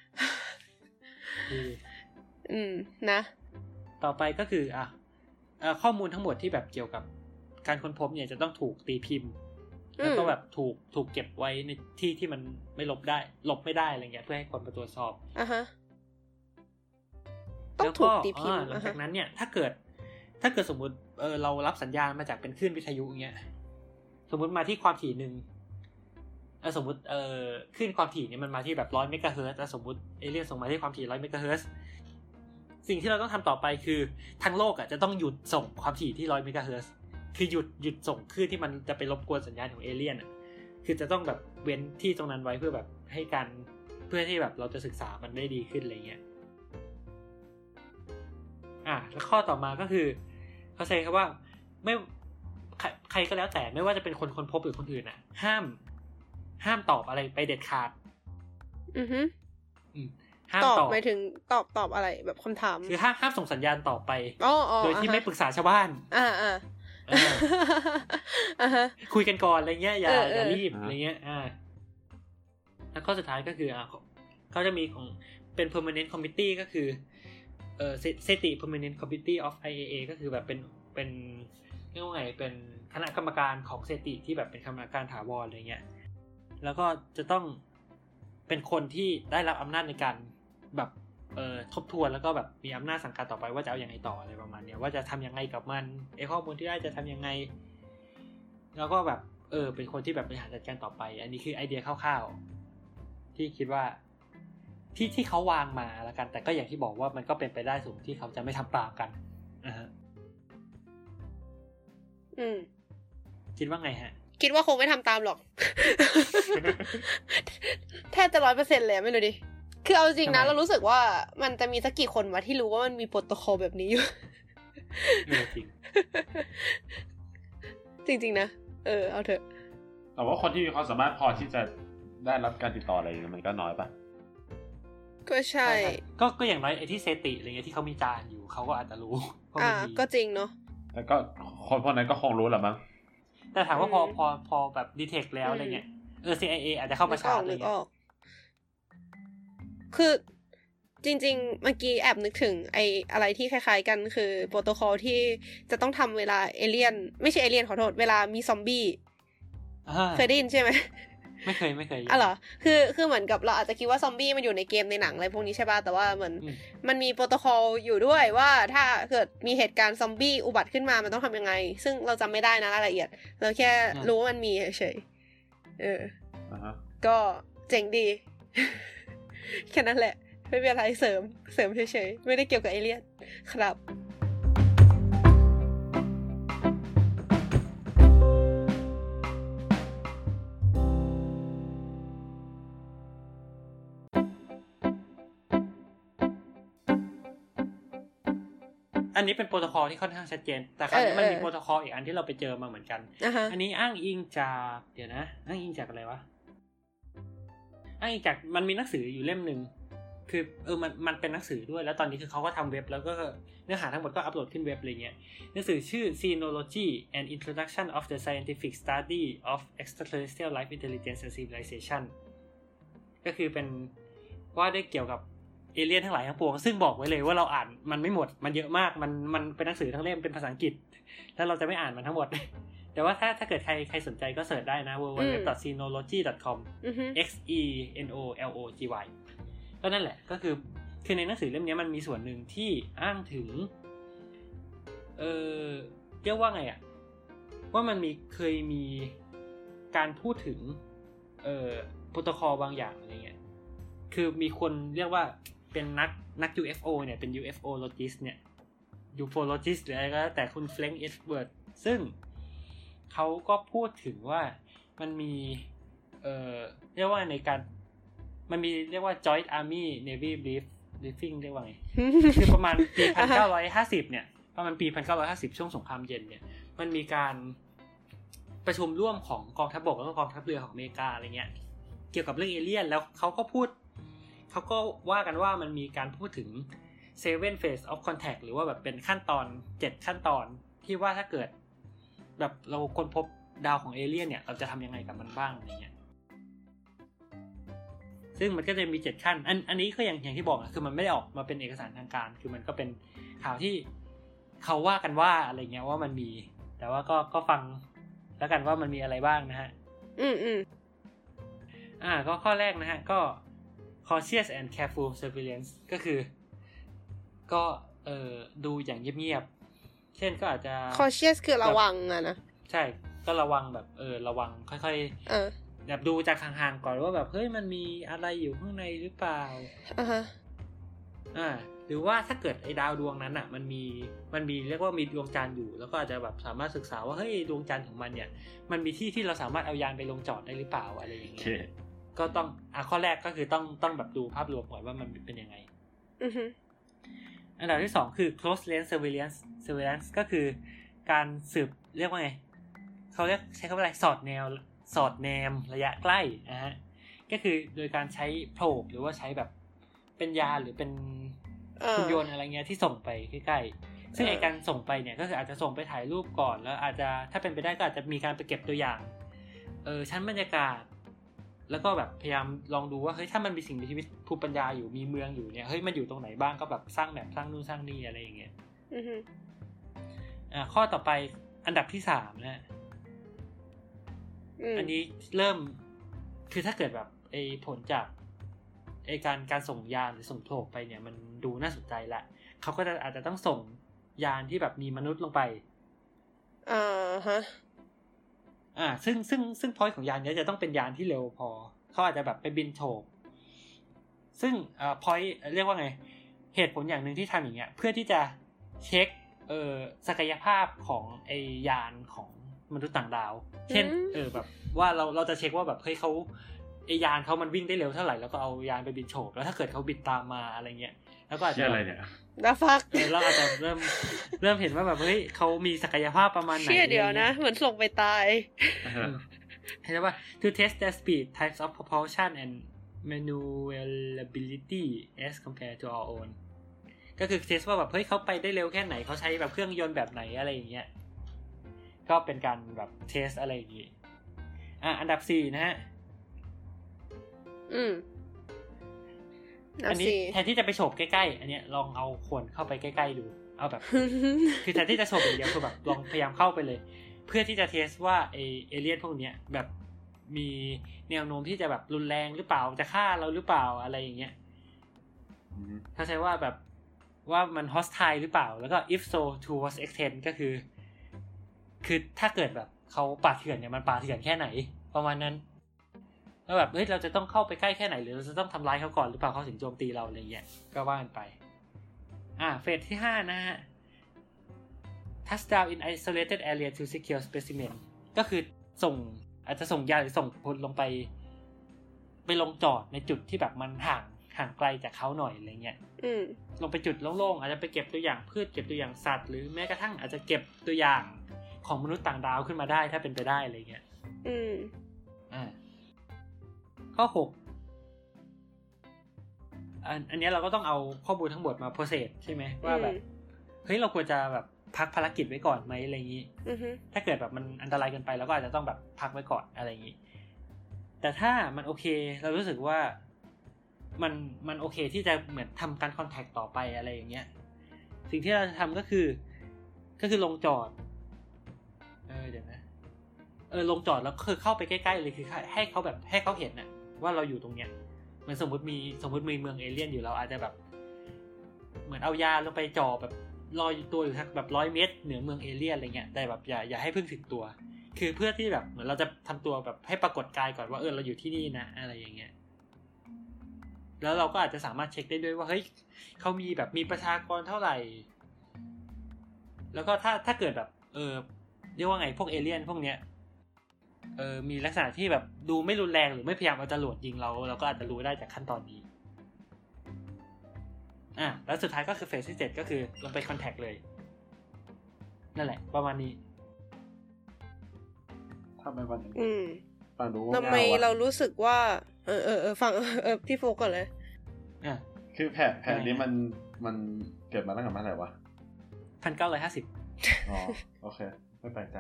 อืมนะต่อไปก็คืออ่ะข้อมูลทั้งหมดที่แบบเกี่ยวกับการค้นพบเนี่ยจะต้องถูกตีพิมพ์แล้วก็แบบถูกถูกเก็บไว้ในที่ที่มันไม่ลบได้ลบไม่ได้อะไรเงี้ยเพื่อให้คนมาตรวจสอบอ่าฮะต้องถูกตีพิมพ์หลังจากนั้นเนี่ยถ้าเกิดถ้าเกิดสมมุติเออเรารับสัญญาณมาจากเป็นคลื่นวิทยุอย่างเงี้ยสมมุติมาที่ความถี่นึงเออสมมุติเออคลื่นความถี่เนี่ยมันมาที่แบบหนึ่งร้อยเมกะเฮิรตซ์แล้วสมมุติเอเลี่ยนส่งมาที่ความถี่หนึ่งร้อยเมกะเฮิรตซ์สิ่งที่เราต้องทำต่อไปคือทั้งโลกอ่ะจะต้องหยุดส่งความถี่ที่หนึ่งร้อยเมกะเฮิรตซ์คือหยุดหยุดส่งคลื่นที่มันจะไปรบกวนสัญญาณของเอเลี่ยนอ่ะคือจะต้องแบบเว้นที่ตรงนั้นไว้เพื่อแบบให้การเพื่อที่แบบเราจะศึกษามันได้ดีขึ้นอะไรเงี้ยอ่ะแล้วข้อต่อมาก็คือเขาใช้คำว่าไม่ใครก็แล้วแต่ไม่ว่าจะเป็นคนคนพบหรือคนอื่นอ่ะห้ามห้ามตอบอะไรไปเด็ดขาดอือฮึอืมห้ามตอบหมายถึงตอบตอบอะไรแบบคำถามคือห้ามห้ามส่งสัญญาณต่อไปโดยที่ไม่ปรึกษาชาวบ้านอ่าอ่าคุยกันก่อนอะไรเงี้ยอย่าอย่ารีบอะไรเงี้ยอ่าแล้วข้อสุดท้ายก็คืออ่าเขาจะมีของเป็น permanent committee ก็คือเอ่อ SETI permanent committee of ไอ เอ เอ ก็คือแบบเป็นเป็นเรียกว่าไงเป็นคณะกรรมการของ SETI ที่แบบเป็นคณะกรรมการถาวรอะไรเงี้ยแล้วก็จะต้องเป็นคนที่ได้รับอำนาจในการแบบเอ่อทบทวนแล้วก็แบบมีอำนาจสั่งการต่อไปว่าจะเอายังไงต่ออะไรประมาณเนี้ยว่าจะทำยังไงกับมันไอ้ข้อมูลที่ได้จะทำยังไงแล้วก็แบบเออเป็นคนที่แบบบริหารจัดการต่อไปอันนี้คือไอเดียคร่าวๆที่คิดว่าที่ที่เขาวางมาแล้วกันแต่ก็อย่างที่บอกว่ามันก็เป็นไปได้สูงที่เขาจะไม่ทำตามกันอ่าฮะอืมคิดว่าไงฮะคิดว่าคงไม่ทำตามหรอก แทบจะ ร้อยเปอร์เซ็นต์ เลยไม่รู้ดิคือเอาจริงนะเรารู้สึกว่ามันจะมีสักกี่คนวะที่รู้ว่ามันมีโปรโตคอลแบบนี้อยู่จริงจริงๆนะเออเอาเถอะแต่ว่าคนที่มีความสามารถพอที่จะได้รับการติดต่ออะไรมันก็น้อยปะก็ใช่ก็ก็อย่างน้อยไอ้ที่เซติอะไรเงี้ยที่เขามีจานอยู่เขาก็อาจจะรู้อ่าก็จริงเนาะแต่ก็คนพวกนั้นก็คงรู้แหละมั้งแต่ถามว่าพอพอพอแบบดีเทคแล้วอะไรเงี้ยเออ ซี ไอ เอ อาจจะเข้ามาชาร์จอะไรเงี้ยคือจริงๆเมื่อกี้แอบนึกถึงไอ้อะไรที่คล้ายๆกันคือโปรโตคอลที่จะต้องทำเวลาเอเลี่ยนไม่ใช่เอเลี่ยนขอโทษเวลามีซอมบี้เคยได้ยินใช่ไหมไม่เคยไม่เคยอ๋อเหรอคือคือเหมือนกับเราอาจจะคิดว่าซอมบี้มันอยู่ในเกมในหนังอะไรพวกนี้ใช่ป่ะแต่ว่าเหมือนมันมีโปรโตคอลอยู่ด้วยว่าถ้าเกิดมีเหตุการณ์ซอมบี้อุบัติขึ้นมามันต้องทำยังไงซึ่งเราจำไม่ได้นะรายละเอียดเราแค่รู้ว่ามันมีเฉยๆเออก็เจ๋งดี แค่นั้นแหละไม่เป็นอะไรเสริมเสริมเฉยๆไม่ได้เกี่ยวกับเอเลี่ยนครับอันนี้เป็นโปรโตคอลที่ค่อนข้างชัดเจนแต่คราวนี้มันมีโปรโตคอลอีกอันที่เราไปเจอมาเหมือนกัน uh-huh. อันนี้อ้างอิงจากเดี๋ยวนะอ้างอิงจากอะไรวะอ้างอิงจากมันมีหนังสืออยู่เล่มนึงคือเออมันมันเป็นหนังสือด้วยแล้วตอนนี้คือเขาก็ทำเว็บแล้วก็เนื้อหาทั้งหมดก็อัปโหลดขึ้นเว็บอะไรเงี้ยหนังสือชื่อ Xenology: An Introduction of the Scientific Study of Extraterrestrial Life Intelligence and Civilization ก็คือเป็นว่าได้เกี่ยวกับเอเลี่ยนทั้งหลายทั้งปวงซึ่งบอกไว้เลยว่าเราอ่านมันไม่หมดมันเยอะมากมันมันเป็นหนังสือทั้งเล่มเป็นภาษาอังกฤษแล้วเราจะไม่อ่านมันทั้งหมดแต่ว่าถ้าถ้าเกิดใครใครสนใจก็เสิร์ชได้นะ ดับเบิลยู ดับเบิลยู ดับเบิลยู ดอท ซีโนโลจี ดอท คอม x e n o l o g y ก็นั่นแหละก็คือคือในหนังสือเล่มนี้มันมีส่วนหนึ่งที่อ้างถึงเออเรียกว่าไงอ่ะว่ามันมีเคยมีการพูดถึงเอ่อโปรโตคอลบางอย่างอะไรเงี้ยคือมีคนเรียกว่าเป็นนักนัก ยู เอฟ โอ เนี่ยเป็น ยู เอฟ โอ logist เนี่ย ยู โอ logist หรืออะไรก็แต่คุณเฟรงค์ เอ็ดเวิร์ดซึ่งเขาก็พูดถึงว่ามันมีเอ่อเรียกว่าในการมันมีเรียกว่า Joint Army Navy Brief Briefing เรียกว่าไง คือประมาณปี หนึ่งพันเก้าร้อยห้าสิบ เนี่ยประมาณปี หนึ่งพันเก้าร้อยห้าสิบ ช่วงสงครามเย็นเนี่ยมันมีการประชุมร่วมของกองทัพบกแล้วก็กองทัพเรือของอเมริกาอะไรเงี้ยเกี่ยวกับเรื่องเอเลี่ยนแล้วเขาก็พูดเขาก็ว่ากันว่ามันมีการพูดถึง seven phase of contact หรือว่าแบบเป็นขั้นตอนเจ็ดขั้นตอนที่ว่าถ้าเกิดแบบเราค้นพบดาวของเอเลี่ยนเนี่ยเราจะทำยังไงกับมันบ้างอะไรเงี้ยซึ่งมันก็จะมีเจ็ดขั้นอันอันนี้ก็อย่างอย่างที่บอกนะคือมันไม่ได้ออกมาเป็นเอกสารทางการคือมันก็เป็นข่าวที่เขาว่ากันว่าอะไรเงี้ยว่ามันมีแต่ว่าก็ก็ฟังแล้วกันว่ามันมีอะไรบ้างนะฮะอืมอืมอ่าก็ข้อแรกนะฮะก็ cautious and careful surveillance ก็คือก็เอ่อดูอย่างเงียบๆเช่นก็อาจจะ cautious คือระวังอะนะใช่ก็ระวังแบบเออระวังค่อยๆเออแบบดูจากห่างๆก่อนว่าแบบเฮ้ยมันมีอะไรอยู่ข้างในหรือเปล่าอ่าฮะอ่าหรือว่าถ้าเกิดไอ้ดาวดวงนั้นอ่ะมันมีมันมีเรียกว่ามีดวงจันทร์อยู่แล้วก็อาจจะแบบสามารถศึกษาว่าเฮ้ยดวงจันทร์ของมันเนี่ยมันมีที่ที่เราสามารถเอายานไปลงจอดได้หรือเปล่าอะไรอย่างเงี้ย okay. ก็ต้องอ่ะข้อแรกก็คือต้องต้องแบบดูภาพรวมก่อนว่ามันเป็นยังไงอือฮึอันดับที่สองคือ close range surveillance surveillance ก็คือการสืบเรียกว่าไงเขาเรียกใช้คำว่าอะไรสอดแนวสอดแนมระยะใกล้นะฮะก็คือโดยการใช้โพรบหรือว่าใช้แบบเป็นยานหรือเป็นหุ่นยนต์อะไรเงี้ยที่ส่งไปใกล้ๆซึ่งไอ้การส่งไปเนี่ยก็คืออาจจะส่งไปถ่ายรูปก่อนแล้วอาจจะถ้าเป็นไปได้ก็อาจจะมีการไปเก็บตัวอย่างเออชั้นบรรยากาศแล้วก็แบบพยายามลองดูว่าเฮ้ยถ้ามันมีสิ่งมีชีวิตภูมิปัญญาอยู่มีเมืองอยู่เนี่ยเฮ้ยมันอยู่ตรงไหนบ้างก็แบบสร้างแบบสร้างนู่นสร้างนี่อะไรอย่างเงี้ยอือฮึอ่าข้อต่อไปอันดับที่สามนะอันนี้เริ่มคือถ้าเกิดแบบไอ้ผลจากไอ้การการส่งยานหรือส่งโทรไปเนี่ยมันดูน่าสนใจละเขาก็จะอาจจะต้องส่งยานที่แบบมีมนุษย์ลงไปอ่าฮะอ่าซึ่งซึ่งซึ่งพอยต์ของยานนี้จะต้องเป็นยานที่เร็วพอเขาอาจจะแบบไปบินโฉบซึ่งอ่าพอยต์เรียกว่าไงเหตุผลอย่างนึงที่ทำอย่างเงี้ยเพื่อที่จะเช็คเอ่อศักยภาพของไอ้ยานของมนุษย์ต่างดาวเช่นเออแบบว่าเราเราจะเช็คว่าแบบเฮ้ยเขาไอยานเขามันวิ่งได้เร็วเท่าไหร่แล้วก็เอายานไปบินโฉบแล้วถ้าเกิดเขาบินตามมาอะไรเงี้ยแล้วก็อาจจะอะไรเนี่ยนะฟักเออเราอาจจะเริ่มเริ่มเห็นว่าแบบเฮ้ยเขามีศักยภาพประมาณไหนเชี่ยเดี๋ยวนะเหมือนส่งไปตายเห็นว่า to test their speed types of propulsion and maneuverability as compared to our own ก็คือเทสว่าแบบเฮ้ยเขาไปได้เร็วแค่ไหนเขาใช้แบบเครื่องยนต์แบบไหนอะไรอย่างเงี้ยก็เป็นการแบบเทสอะไรอย่างงี้อ่ะอันดับสี่นะฮะอืมอันนี้แทนที่จะไปโฉบใกล้ๆอันเนี้ยลองเอาคนเข้าไปใกล้ๆดูเอาแบบ คือแทนที่จะโฉบอย่างเดียวคือแบบลองพยายามเข้าไปเลยเพื่อที่จะเทสว่าไอเอเลี่ยนพวกเนี้ยแบบมีแนวโน้มที่จะแบบรุนแรงหรือเปล่าจะฆ่าเราหรือเปล่าอะไรอย่างเงี้ยถ้าใช้ว่าแบบว่ามัน hostile หรือเปล่าแล้วก็ if so to what extent ก็คือคือถ้าเกิดแบบเขาป่าเถื่อนเนี่ยมันป่าเถื่อนแค่ไหนประมาณนั้นแล้วแบบเฮ้ยเราจะต้องเข้าไปใกล้แค่ไหนหรือเราจะต้องทำร้ายเขาก่อนหรือเปล่าเขาถึงโจมตีเราอะไรเงี้ยก็ว่ากันไปอ่าเฟสที่ห้านะฮะ touchdown in isolated area to secure specimen ก็คือส่งอาจจะส่งยาหรือส่งพลลงไปไปลงจอดในจุดที่แบบมันห่างห่างไกลจากเขาหน่อยอะไรเงี้ยลงไปจุดโล่งๆอาจจะไปเก็บตัวอย่างพืชเก็บตัวอย่างสัตว์หรือแม้กระทั่งอาจจะเก็บตัวอย่างของมนุษย์ต่างดาวขึ้นมาได้ถ้าเป็นไปได้อะไรเงี้ยอืมอ่าข้อหกอันอันนี้เราก็ต้องเอาข้อมูลทั้งหมดมาโปรเซสใช่ไหมว่าแบบเฮ้ยเราควรจะแบบพักภารกิจไว้ก่อนไหมอะไรอย่างนี้ถ้าเกิดแบบมันอันตรายเกินไปเราก็อาจจะต้องแบบพักไว้ก่อนอะไรอย่างนี้แต่ถ้ามันโอเคเรารู้สึกว่ามันมันโอเคที่จะเหมือนทำการคอนแทคต่อไปอะไรอย่างเงี้ยสิ่งที่เราจะทำก็คือก็คือลงจอดเออเดี๋ยวนะเออลงจอดแล้วคือเข้าไปใกล้ๆเลยคือให้เขาแบบให้เขาเห็นน่ะว่าเราอยู่ตรงเนี้ยเหมือนสมมติมีสมมติมีเมืองเอเลี่ยนอยู่เราอาจจะแบบเหมือนเอายาลงไปจ่อแบบลอยตัวอยู่สักแบบร้อยเมตรเหนือเมืองเอเลี่ยนอะไรเงี้ยแต่แบบอย่าอย่าให้เพิ่งถึงตัวคือเพื่อที่แบบเหมือนเราจะทำตัวแบบให้ปรากฏกายก่อนว่าเออเราอยู่ที่นี่นะอะไรอย่างเงี้ยแล้วเราก็อาจจะสามารถเช็คได้ด้วยว่าเฮ้ยเขามีแบบมีประชากรเท่าไหร่แล้วก็ถ้าถ้าเกิดแบบเออเรียกว่าไงพวกเอเลี่ยนพวกเนี้ยเออมีลักษณะที่แบบดูไม่รุนแรงหรือไม่พยายามเอาจรวดยิงเราเราก็อาจจะรู้ได้จากขั้นตอนนี้อ่ะแล้วสุดท้ายก็คือเฟสที่เจ็ดก็คือลงไปคอนแทคเลยนั่นแหละประมาณนี้ทำไมมันอืมฟังดูว่าทำไมเรารู้สึกว่าเออเออเออฟังเออพี่โฟก่อนเลยอ่ะคือแผนแผนนี้มันมันเกิดมาตั้งแต่เมื่อไหร่วะพันเก้าร้อยห้าสิบอ๋อโอเคไม่แปลกใจ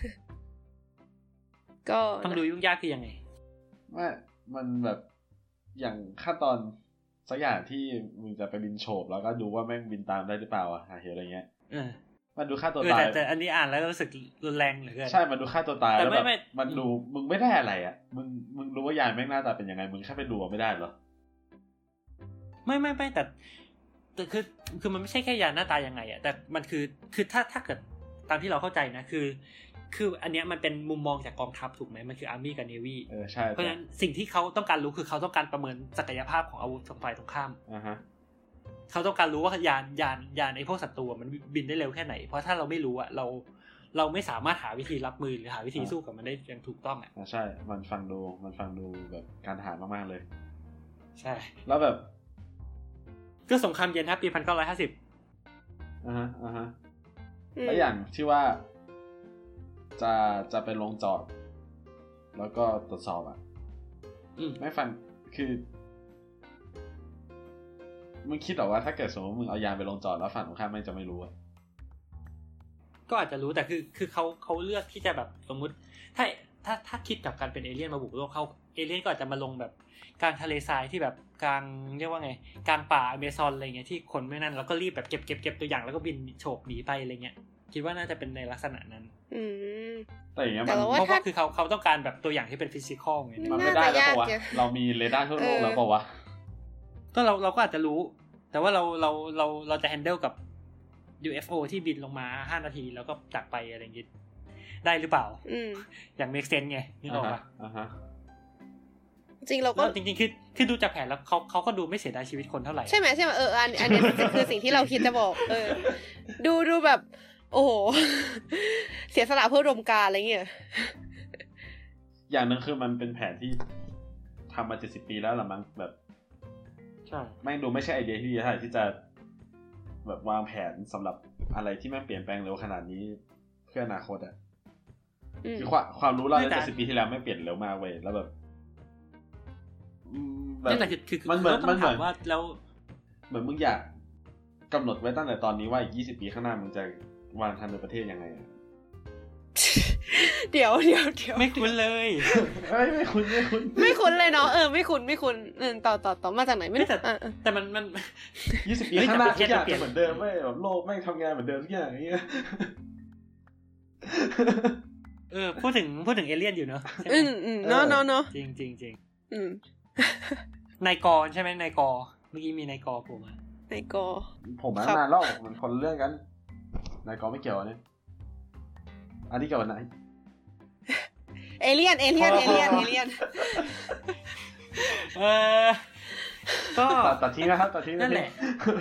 ก็ต้องดูยุ่งยากคือยังไงว่ามันแบบอย่างขั้นตอนสักอย่างที่มึงจะไปบินโฉบแล้วก็ดูว่าแม่งบินตามได้หรือเปล่าอะหาเหวอะไรเงี้ยเออมันดูค่าตัวตายแต่อันนี้อ่านแล้วรู้สึกรุนแรงเหลือเกินใช่มันดูค่าตัวตายแล้วแบบมันดูมึงไม่ได้อะไรอ่ะมึงมึงรู้ว่ายานแม่งหน้าตาเป็นยังไงมึงแค่ไปดูไม่ได้เหรอไม่ไม่ไม่แต่แต่คือคือมันไม่ใช่แค่ยานหน้าตายังไงอ่ะแต่มันคือคือถ้าถ้าเกิดตามที่เราเข้าใจนะคือคืออันเนี้ยมันเป็นมุมมองจากกองทัพถูกไหมมันคืออาร์มี่กับเนวี่เออใช่เพราะฉะนั้นสิ่งที่เขาต้องการรู้คือเขาต้องการประเมินศักยภาพของอาวุธของฝ่ายตรงข้ามอ่าฮะเขาต้องการรู้ว่ายานยานยานไอ้พวกศัตรูมันบินได้เร็วแค่ไหนเพราะถ้าเราไม่รู้อ่ะเราเราไม่สามารถหาวิธีรับมือหรือหาวิธีสู้กับมันได้อย่างถูกต้องอ่ะใช่มันฟังดูมันฟังดูแบบการทหารมากๆเลยใช่แล้วแบบก็สงครามเย็นครับปีหนึ่งพันเก้าร้อยห้าสิบอ่าฮะอ่าฮะแล้วอย่างที่ว่าจะจะไปลงจอดแล้วก็ตรวจสอบอ่ะไม่ฟังคือมึงคิดหรอว่าถ้าเกิดสมมติมึงเอายานไปลงจอดแล้วฝั่งตรงข้ามไม่จะไม่รู้อ่ะก็อาจจะรู้แต่คือคือเขาเขาเลือกที่จะแบบสมมุติถ้าถ้าถ้าคิดกับการเป็นเอเลี่ยนมาบุกโลกเขาเอเลี่ยนก็อาจจะมาลงแบบกลางทะเลทรายที่แบบกลางเรียกว่าไงกลางป่าอเมซอนอะไรเงี้ยที่คนไม่นั่นแล้วก็รีบแบบเก็บเก็บเก็บตัวอย่างแล้วก็บินโฉบหนีไปอะไรเงี้ยคิดว่าน่าจะเป็นในลักษณะนั้นอืมแต่อย่างเงี้ยมันเพราะว่าคือเขาเขาต้องการแบบตัวอย่างที่เป็นฟิสิคอลไงมันไม่ได้แล้วป่ะวะเรามีเรดาร์ทั่วโลกแล้วป่ะวะก็เราเราก็อาจจะรู้แต่ว่าเราเราเราเราจะแฮนเดิลกับ ยู เอฟ โอ ที่บินลงมาห้านาทีแล้วก็จากไปอะไรอย่างงี้ได้หรือเปล่าอืมอย่าง make sense ไงนึกออกป่ะอ่าฮะจริงเราก็จริงๆคือคือดูจากแผนแล้วเขาเขาก็ดูไม่เสียดายชีวิตคนเท่าไหร่ใช่ไหมใช่ไหมเอออันอันนี้คือสิ่งที่เราคิดจะบอกเออดูดูแบบโอ้โหเสียสละเพื่ออุดมการณ์อะไรเงี้ยอย่างนึงคือมันเป็นแผนที่ทำมาเจ็ดสิบปีแล้วละมั้งแบบใช่ไม่ดูไม่ใช่ไอเดียที่ดีเท่าไหร่ที่จะแบบวางแผนสำหรับอะไรที่มันเปลี่ยนแปลงเร็วขนาดนี้เพื่ออนาคตอ่ะคือความความรู้เราในเจ็ดสิบปีที่แล้วไม่เปลี่ยนเร็วมากเว้ยแล้วแบบแต่คือมันเหมือนมันเหมือนว่าแล้วเหมือนมึงอยากกำหนดไว้ตั้งแต่ตอนนี้ว่าอีกยี่สิบปีข้างหน้ามึงจะวางทางในประเทศยังไงเดี๋ยวเดี๋ยวเดี๋ยวไม่คุ้นเลยไม่ไม่คุ้นไม่คุ้นไม่คุ้นเลยเนาะเออไม่คุ้นไม่คุ้นเออต่อต่อต่อมาจากไหนไม่แต่แต่มันมันยี่สิบปีข้างหน้าทุกอย่างเหมือนเดิมไม่แบบโลกไม่ทำงานเหมือนเดิมทุกอย่างอย่างเงี้ยเออพูดถึงพูดถึงเอเลี่ยนอยู่เนอะอืมอืมเนาะเนาะเนาะจริงจริงจริงอืมนายกรใช่ไหมนายกเมื่อกี้มีนายกผมอ่ะนายกผมมานานแล้วมันคนเรื่องกันนายกไม่เกี่ยวเนี่ยอันนี้เกี่ยวกับไหนเอเลี่ยนเอเลี่ยนเอเลี่ยนเอเลี่ยนเออก็ตัดทิ้งนะครับตัดทิ้งนั่นแหละ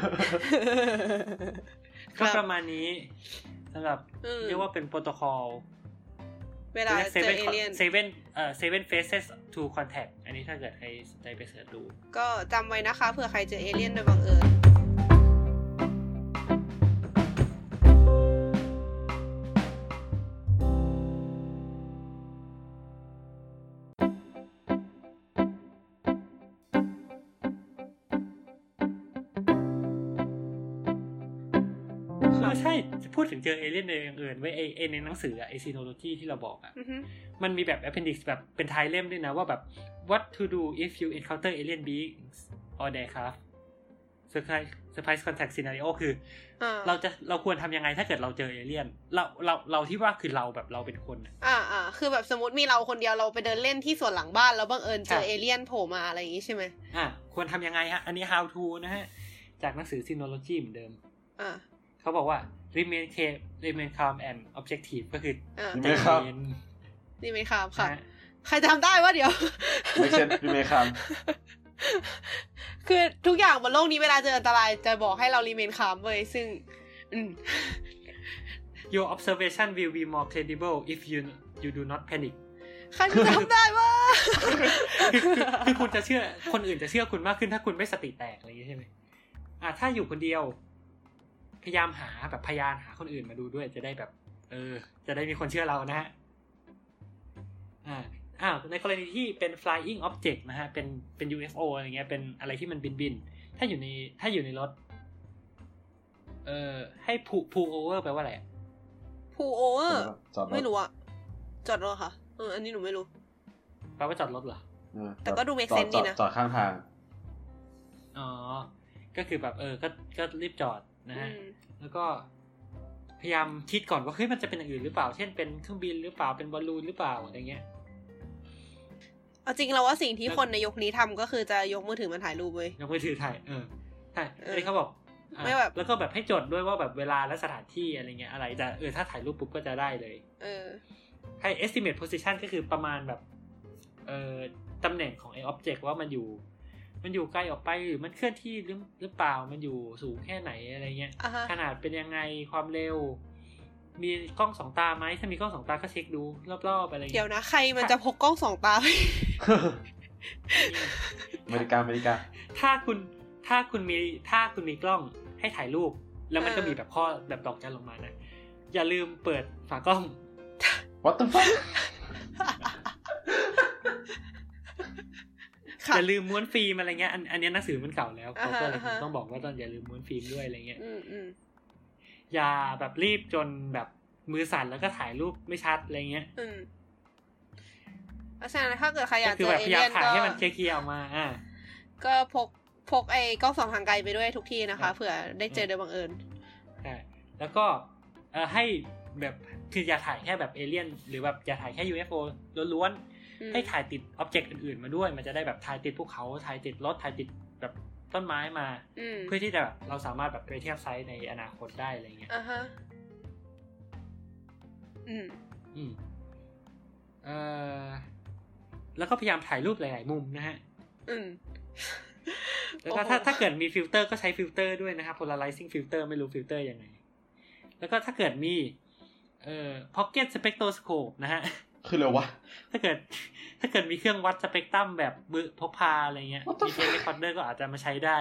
ก็ประมาณนี้สำหรับเรียกว่าเป็นโปรโตคอลเวลาเจอเอเลี่ยน seven เอ่อ seven faces to contact อันนี้ถ้าเกิดใครสนใจไปเสิร์ชดูก็จำไว้นะคะเผื่อใครเจอเอเลี่ยนโดยบังเอิญใช่พูดถึงเจอเอเลี่ยนในอย่างอื่นไว้ไอในหนังสืออะไอซีโนโลจีที่เราบอกอะมันมีแบบ appendix แบบเป็นท้ายเล่มด้วยนะว่าแบบ what to do if you encounter alien beings or their craft surprise surprise contact scenario คือเราจะเราควรทำยังไงถ้าเกิดเราเจอเอเลี่ยนเราเราเราที่ว่าคือเราแบบเราเป็นคนอ่าอ่าคือแบบสมมติมีเราคนเดียวเราไปเดินเล่นที่สวนหลังบ้านแล้วบังเอิญเจอเอเลี่ยนโผล่มาอะไรอย่างงี้ใช่ไหมอ่าควรทำยังไงฮะอันนี้ how to นะฮะจากหนังสือ Sinology เหมือนเดิมอ่าเขาบอกว่า remain calm remain calm and objective ก็คือใจเย็น remain calm ค่ะใครจำได้ว่าเดี๋ยวไม่ใช่ remain calm คือทุกอย่างบนโลกนี้เวลาเจออันตรายจะบอกให้เรา remain calm เว้ยซึ่ง your observation will be more credible if you you do not panic ใครจะจำได้ว่าคือคุณจะเชื่อคนอื่นจะเชื่อคุณมากขึ้นถ้าคุณไม่สติแตกอะไรอย่างนี้ใช่ไหมอ่ะถ้าอยู่คนเดียวพยายามหาแบบพยานหาคนอื่นมาดูด้วยจะได้แบบเออจะได้มีคนเชื่อเรานะฮะอ่าอ้าวในกรณีที่เป็น flying object นะฮะเป็นเป็น ยู เอฟ โอ อะไรเงี้ยเป็นอะไรที่มันบินบินถ้าอยู่ในถ้าอยู่ในรถเอ่อให้ pull pull over แปลว่าอะไร pull over ไม่รู้อะจอดรถค่ะเอออันนี้หนูไม่รู้แปลว่าจอดรถเหรอแต่ก็ดู make sense ดีนะจอดข้างทางอ๋อก็คือแบบเออก็ก็รีบจอดนะฮะแล้วก็พยายามคิดก่อนว่าเฮ้ยมันจะเป็นอย่างอื่นหรือเปล่าเช่นเป็นเครื่องบินหรือเปล่าเป็นบอลลูนหรือเปล่าอะไรเงี้ยเอาจริงเราว่าสิ่งที่คนในยุคนี้ทำก็คือจะยกมือถือมาถ่ายรูปเว้ยยกมือถือถ่ายเออใช่ไอ้เขาบอกไม่แบบแล้วก็แบบให้จดด้วยว่าแบบเวลาและสถานที่อะไรเงี้ยอะไรจะเออถ้าถ่ายรูปปุ๊บก็จะได้เลยเออให้ estimate position ก็คือประมาณแบบเอ่อตำแหน่งของไอ้ object ว่ามันอยู่มันอยู่ไกลออกไปหรือมันเคลื่อนที่หรือหรือเปล่ามันอยู่สูงแค่ไหนอะไรเงี้ย uh-huh. ขนาดเป็นยังไงความเร็วมีกล้องสองตาไหมถ้ามีกล้องสองตาก็เช็คดูรอบๆอะไรเงี้ยเดี๋ยวนะใครมันจะพกกล้องสองตาอเมริกาอเมริกาถ้าคุณถ้าคุณมีถ้าคุณมีกล้องให้ถ่ายรูปแล้วมันก็มีแบบข้อแบบดอกจันลงมานะอย่าลืมเปิดฝากล้อง What the fuck อย่าลืมม้วนฟิล์มอะไรเงี้ยอันอันนี้หนังสือมันเก่าแล้วเขาก็เลยต้องบอกว่าต้องอย่าลืมม้วนฟิล์มด้วยอะไรเงี้ยอย่าแบบรีบจนแบบมือสั่นแล้วก็ถ่ายรูปไม่ชัดอะไรเงี้ยอืมเพราะฉะนั้นถ้าเกิดใครอยากเจอเอเลี่ยนก็ถ่ายให้มันเคลียร์ออกมาอ่าก็พกพกไอ้กล้องส่องทางไกลไปด้วยทุกที่นะคะเผื่อได้เจอโดยบังเอิญใช่แล้วก็เอ่อให้แบบคืออย่าถ่ายแค่แบบเอเลี่ยนหรือแบบอย่าถ่ายแค่ ยู เอฟ โอ ล้วนๆให้ถ่ายติดอ็อบเจกต์อื่นๆมาด้วยมันจะได้แบบถ่ายติดภูเขาถ่ายติดรถถ่ายติดแบบต้นไม้มาเพื่อที่จะแบบเราสามารถแบบไปเทียบไซส์ในอนาคตได้อะไรเงี้ยอ่าฮะอืมอืมเอ่อแล้วก็พยายามถ่ายรูปหลายๆมุมนะฮะอืมแล้วก็ถ้าถ้าเกิดมีฟิลเตอร์ก็ใช้ฟิลเตอร์ด้วยนะครับ polarizing filter ไม่รู้ฟิลเตอร์ยังไงแล้วก็ถ้าเกิดมีเอ่อ pocket spectroscope นะฮะคืออะไรวะถ้าเกิดถ้าเกิดมีเครื่องวัดสเปกตรัมแบบมือพกพาอะไรเงี้ยมีเทปเรคคอร์เดอร์ก็อาจจะมาใช้ได้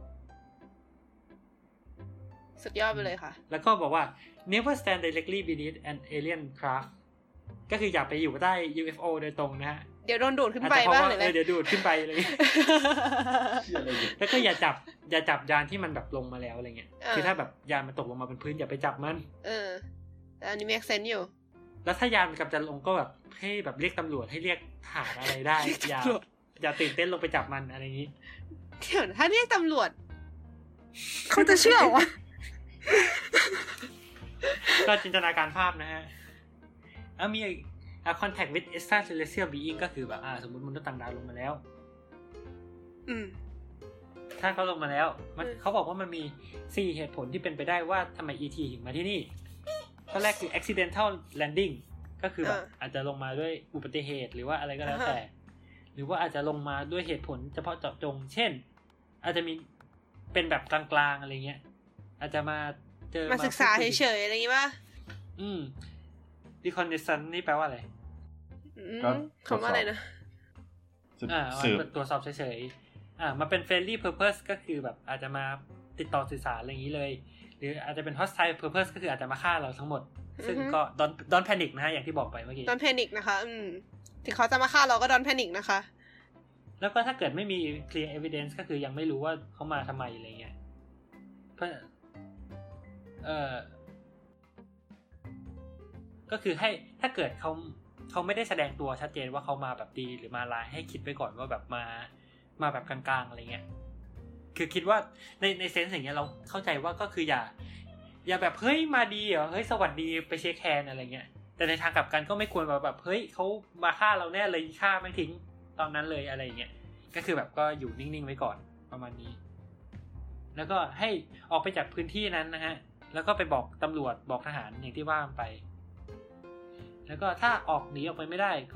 สุดยอดไปเลยค่ะแล้วก็บอกว่า never stand directly beneath an alien craft ก็คืออย่าไปอยู่ใต้ ยู เอฟ โอ โดยตรงนะฮะเดี๋ยวโดนดูดขึ้นไปบ้างเลยเดี๋ยวดูดขึ้นไปอะไรเงี้ยแล้วก็อย่าจับอย่าจับยานที่มันแบบลงมาแล้วอะไรเงี้ยคือถ้าแบบยานมันตกลงมาบนพื้นอย่าไปจับมันเออแต่อันนี้ make sense อยู่แล้วถ้ายานมันกำลังจะลงก็แบบให้แบบเรียกตำรวจให้เรียกทหารอะไรได้อย่าอย่าตื่นเต้นลงไปจับมันอะไรอย่างนี้เดี๋ยวถ้าเรียกตำรวจเขาจะเชื่อวะก็จินตนาการภาพนะฮะอ่ะมีอ่ะ contact with extraterrestrial being ก็คือแบบอ่าสมมุติมนุษย์ต่างดาวลงมาแล้วอืมถ้าเขาลงมาแล้วมันเขาบอกว่ามันมีสี่เหตุผลที่เป็นไปได้ว่าทำไม อี ที ถึงมาที่นี่ข้อแรกคือ accidental landing ก็คือแบบอาจจะลงมาด้วยอุบัติเหตุหรือว่าอะไรก็แล้วแต่หรือว่าอาจจะลงมาด้วยเหตุผลเฉพาะเจาะจงเช่นอาจจะมีเป็นแบบกลางๆอะไรเงี้ยอาจจะมาเจอมาศึกษาเฉยๆอะไรอย่างงี้ป่ะอืม reconnaissance นี่แปลว่าอะไรก็คำว่าอะไรนะอ่ามาตรวจสอบเฉยๆอ่ามาเป็น friendly purpose ก็คือแบบอาจจะมาติดต่อสื่อสารอะไรอย่างนี้เลยหรืออาจจะเป็น hostile purpose ก็คืออาจจะมาฆ่าเราทั้งหมดซึ่งก็ don't don't panic นะฮะอย่างที่บอกไปเมื่อกี้ don't panic นะคะอืมถึงเขาจะมาฆ่าเราก็ don't panic นะคะแล้วก็ถ้าเกิดไม่มี clear evidence ก็คือยังไม่รู้ว่าเขามาทำไมอะไรเงี้ยเพราะเอ่อก็คือให้ถ้าเกิดเขาเขาไม่ได้แสดงตัวชัดเจนว่าเขามาแบบดีหรือมาร้ายให้คิดไว้ก่อนว่าแบบมามาแบบกลางๆอะไรเงี้ยคือคิดว่าในในเซนส์อย่างเงี้ยเราเข้าใจว่าก็คืออย่าอย่าแบบเฮ้ยมาดีเหรอเฮ้ยสวัสดีไปเช็คแฮนด์อะไรเงี้ยแต่ในทางกลับกันก็ไม่ควรแบบแบบเฮ้ยเขามาฆ่าเราแน่เลยฆ่าไม่ทิ้งตอนนั้นเลยอะไรเงี้ยก็คือแบบก็อยู่นิ่งๆไว้ก่อนประมาณนี้แล้วก็ให้ออกไปจากพื้นที่นั้นนะฮะแล้วก็ไปบอกตำรวจบอกทหารอย่างที่ว่าไปแล้วก็ถ้าออกหนีออกไปไม่ได้ก็